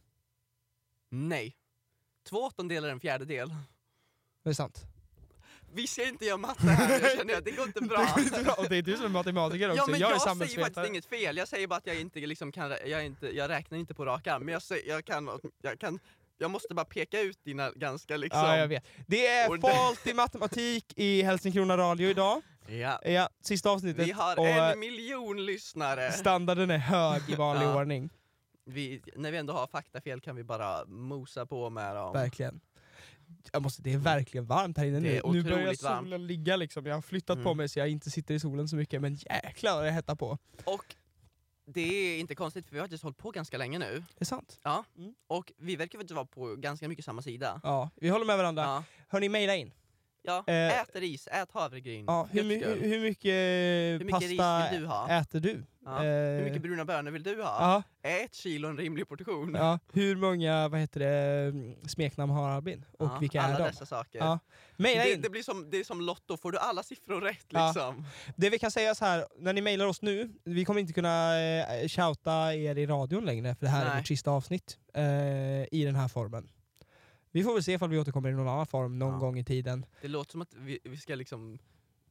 Nej. Två åttondelar är en fjärdedel. Det är sant. Vi ska inte göra matte här, nu känner jag. Det går inte bra. Det går inte bra. Och det är du som är matematiker också. Ja, men jag, jag, är säger faktiskt samhällsvetare. inget fel. Jag säger bara att jag inte liksom kan, jag, är inte, jag räknar inte på rak arm. Men jag, säger, jag, kan, jag kan, jag måste bara peka ut dina ganska liksom... Ja, jag vet. Det är Och det- Falt i matematik i Hälsingkrona radio idag. Ja. Ja, sista avsnittet. Vi har och eh, en miljon lyssnare. standarden är hög i vanlig Ja. ordning. Vi, när vi ändå har faktafel kan vi bara mosa på med dem. Verkligen. Jag måste, det är verkligen varmt här inne Det är nu. Nu börjar otroligt solen varmt. ligga liksom. Jag har flyttat Mm. på mig så jag inte sitter i solen så mycket. Men jäklar vad det hettar på. Och det är inte konstigt för vi har faktiskt hållit på ganska länge nu. Det är sant. Ja. Mm. Och vi verkar faktiskt vara på ganska mycket samma sida. Ja, vi håller med varandra. Ja. Hörni, mejla in. Ja. Eh, Ät ris, ät havregryn. Ja, hur, my- Guds skull. hur mycket, Hur mycket ris pasta vill du ha? äter du? Ja. Eh, Hur mycket bruna bönor vill du ha? ja, Ett kilo en rimlig portion. ja. Hur många vad heter det, smeknamn har Albin? Och Ja, vilka alla är de? dessa saker. Ja. Mejla Det, in. det blir som, det är som Lotto, får du alla siffror rätt Ja. liksom? Det vi kan säga så här, när ni mejlar oss nu, vi kommer inte kunna eh, shouta er i radion längre, för det här är Nej. vårt sista avsnitt eh, i den här formen. Vi får väl se ifall vi återkommer i någon annan form någon Ja. gång i tiden. Det låter som att vi, vi ska liksom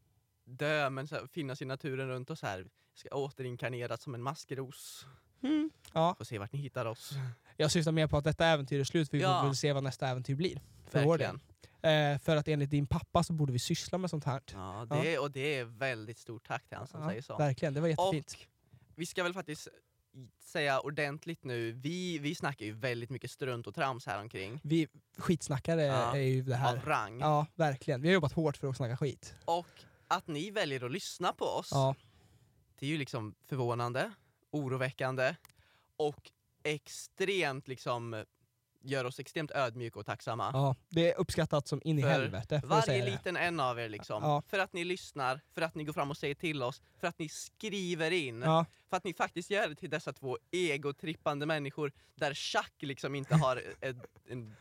dö men så här, finnas i naturen runt oss här. Vi ska återinkarneras som en maskros. Mm. Ja. Får se vart ni hittar oss. Jag syftar mer på att detta äventyr är slut, för vi Ja. får väl se vad nästa äventyr blir. För vår del. Verkligen. Eh, för att enligt din pappa så borde vi syssla med sånt här. Ja, det, och det är väldigt stort tack till han som Ja, säger så. verkligen, det var jättefint. Och vi ska väl faktiskt säga ordentligt nu, vi, vi snackar ju väldigt mycket strunt och trams här omkring. Vi skitsnackare Ja. är ju det här. Av rang. Ja, verkligen. Vi har jobbat hårt för att snacka skit. Och att ni väljer att lyssna på oss, Ja. det är ju liksom förvånande, oroväckande och extremt liksom gör oss extremt ödmjuka och tacksamma. Ja, det är uppskattat som in i För helvete. För att Varje säga det. liten en av er liksom. Ja. För att ni lyssnar, för att ni går fram och säger till oss, för att ni skriver in. Ja, För att ni faktiskt gör det till dessa två egotrippande människor där Chuck liksom inte har en, en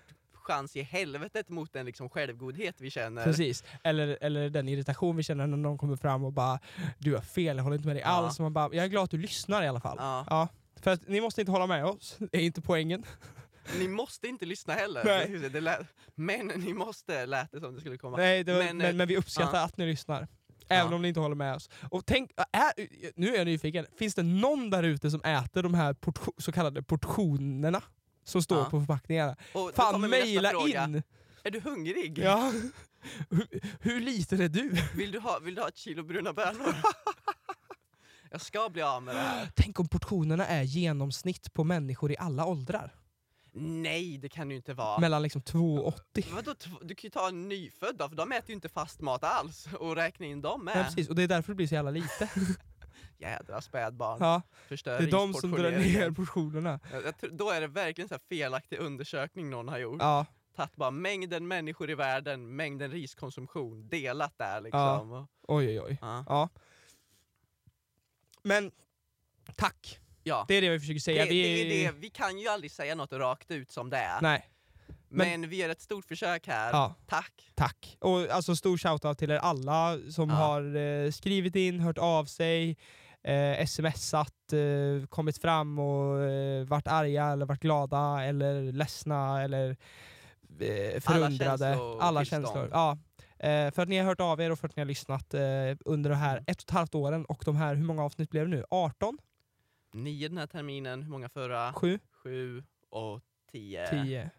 chans i helvetet mot den liksom självgodhet vi känner. Precis. Eller, eller den irritation vi känner när någon kommer fram och bara du har fel, jag håller inte med dig Ja. alls. Och man bara, jag är glad att du lyssnar i alla fall. Ja. Ja. För att ni måste inte hålla med oss, det är inte poängen. Ni måste inte lyssna heller. Nej. Det, det lät, men ni måste, lät det som det skulle komma. Nej, det var, Men, men, men, eh, vi uppskattar ja. att ni lyssnar. Även Ja. om ni inte håller med oss. Och tänk, är, nu är jag nyfiken. Finns det någon där ute som äter de här portio- så kallade portionerna som står Ja. på förpackningarna? Och då Fan, kommer min nästa mejla fråga. in! Är du hungrig? Ja. hur, hur liten är du? Vill du ha, vill du ha ett kilo bruna bönor? Jag ska bli av med det här. Tänk om portionerna är genomsnitt på människor i alla åldrar. Nej, det kan ju inte vara. Mellan liksom två och åttio. Vadå, tv- du kan ju ta en nyfödda, för de äter ju inte fast mat alls. Och räkna in dem med. Ja, precis. Och det är därför det blir så jävla lite. Jädra spädbarn. Ja, Förstör det är de som drar ner risportioneringen. portionerna. Jag, jag tror, då är det verkligen så här felaktig undersökning någon har gjort. Ja, Tagit bara mängden människor i världen, mängden riskonsumtion, delat där liksom. Och, oj oj oj. ja. Ja. Men, tack. Ja. Det är det vi försöker säga. Det, vi... det är det. Vi kan ju aldrig säga något rakt ut som det är. Nej, men, vi gör ett stort försök här. ja. Tack. Tack. Och alltså stor shoutout till er alla som Ja. har eh, skrivit in, hört av sig, eh, smsat, eh, kommit fram och eh, varit arga eller varit glada eller ledsna eller eh, förundrade. känslor- Alla tillstånd. känslor. Ja. Eh, för att ni har hört av er och för att ni har lyssnat eh, under det här Mm. ett och ett halvt åren. Och de här, hur många avsnitt blev det nu? arton? Nio den här terminen, hur många förra? sju? Sju och tio. tio?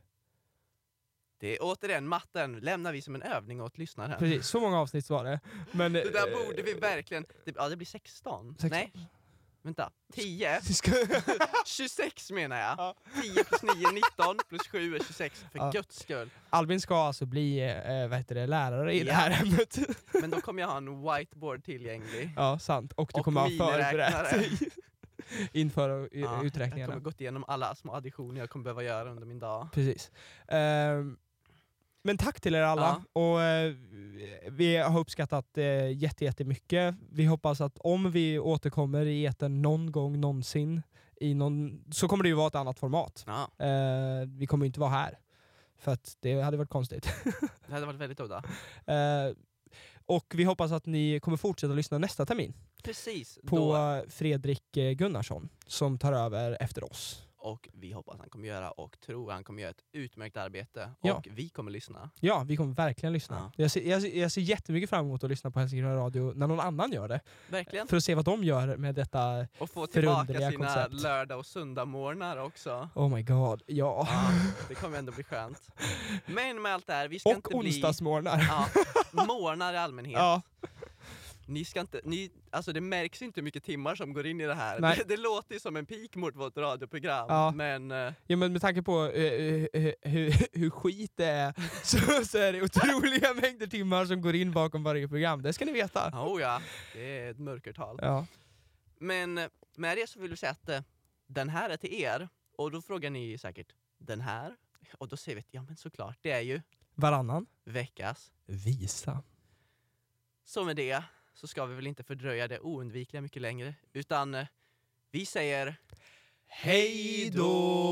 Det är återigen matten, lämnar vi som en övning åt lyssnaren. Precis, så många avsnitt var det. Men, Det där eh, borde vi verkligen... Det, ja, det blir sexton. sexton. Nej, vänta. tio. vi ska- tjugosex menar jag. Ja. tio plus nio, nitton plus sju är tjugosex. För Ja. guds skull. Albin ska alltså bli eh, vad heter det, lärare i Ja. det här ämnet. Men då kommer jag ha en whiteboard tillgänglig. Ja, sant. Och du Och kommer ha miniräknare. förberett dig inför u- Ja, jag uträkningarna. kommer gått igenom alla små additioner jag kommer behöva göra under min dag. Precis. Ehm, men tack till er alla. Och, eh, vi har uppskattat eh, jätte, jättemycket. Vi hoppas att om vi återkommer i etern någon gång någonsin i någon, så kommer det ju vara ett annat format. Ja, Eh, vi kommer ju inte vara här. För att det hade varit konstigt. det hade varit väldigt udda. Eh, och vi hoppas att ni kommer fortsätta lyssna nästa termin Precis. på Då, Fredrik eh, Gunnarsson som tar över efter oss. och vi hoppas han kommer göra och tror han kommer göra ett utmärkt arbete. Ja. Och vi kommer lyssna. Ja, vi kommer verkligen lyssna. Jag, ser, jag, ser, jag ser jättemycket fram emot att lyssna på Helsingborg Radio när någon annan gör det. Verkligen. För att se vad de gör med detta. Och få tillbaka förunderliga sina koncept. lördag- och söndagmorgnar också. Oh my god, ja. Ja, det kommer ändå bli skönt. Men med allt det här, vi ska Och inte bli... onsdagsmorgnar. Ja, morgnar i allmänhet. Ja. Ni ska inte, ni, alltså det märks inte hur mycket timmar som går in i det här. Nej. Det, det låter ju som en peak mot vårt radioprogram. Ja. Men eh, Ja, men med tanke på uh, uh, hur, hur skit det är så, så är det otroliga mängder timmar som går in bakom varje program. Det ska ni veta. oh ja, det är ett mörkertal. Ja. Men eh, med det så vill vi säga att eh, den här är till er. Och då frågar ni säkert, den här? Och då säger vi, ja men såklart, det är ju Varannan. veckas. Visa. Så med det så ska vi väl inte fördröja det oundvikliga mycket längre. Utan eh, vi säger Hej då!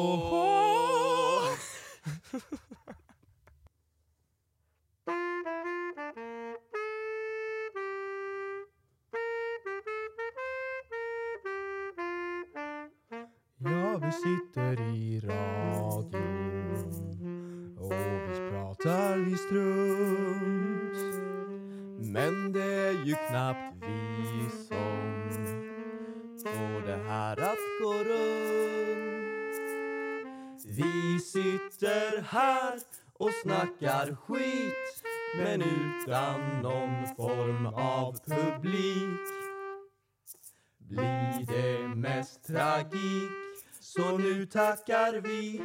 Ja, vi sitter i radion och vi pratar vi strunt. Men det är ju knappt vi som får det här att gå runt. Vi sitter här och snackar skit, men utan någon form av publik. Blir det mest tragik, så nu tackar vi.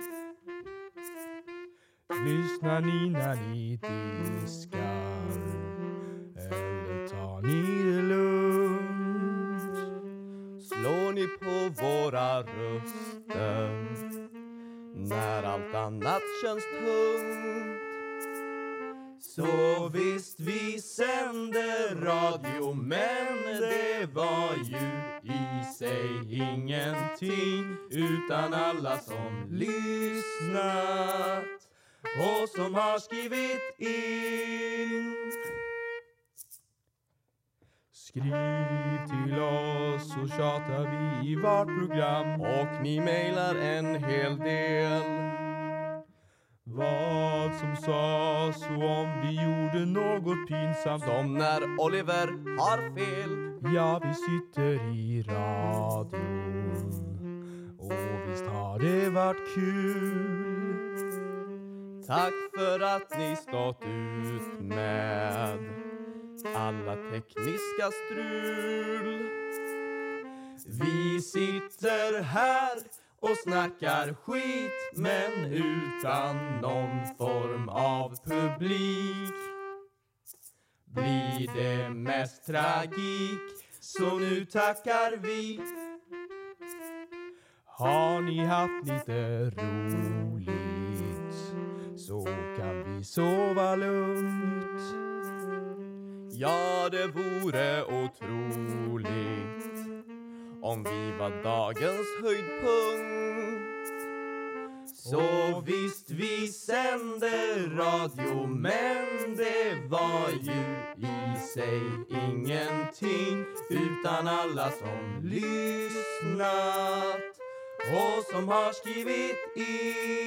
Lyssnar ni när ni diskar, eller tar ni det lugnt? Slår ni på våra röster när allt annat känns tungt? Så visst vi sänder radio, men det var ju i sig ingenting utan alla som lyssnat. och som har skrivit in. Skriv till oss så tjatar vi i vårt program. Och ni mejlar en hel del. Vad som sades och om vi gjorde något pinsamt. Som när Oliver har fel. Ja, vi sitter i radion och visst har det varit kul. Tack för att ni stått ut med alla tekniska strul. Vi sitter här och snackar skit men utan någon form av publik. Blir det mest tragik, så nu tackar vi. Har ni haft lite roligt så kan vi sova lugnt. Ja, det vore otroligt om vi var dagens höjdpunkt. Så visst vi sände radio, men det var ju i sig ingenting utan alla som lyssnat och som har skrivit in.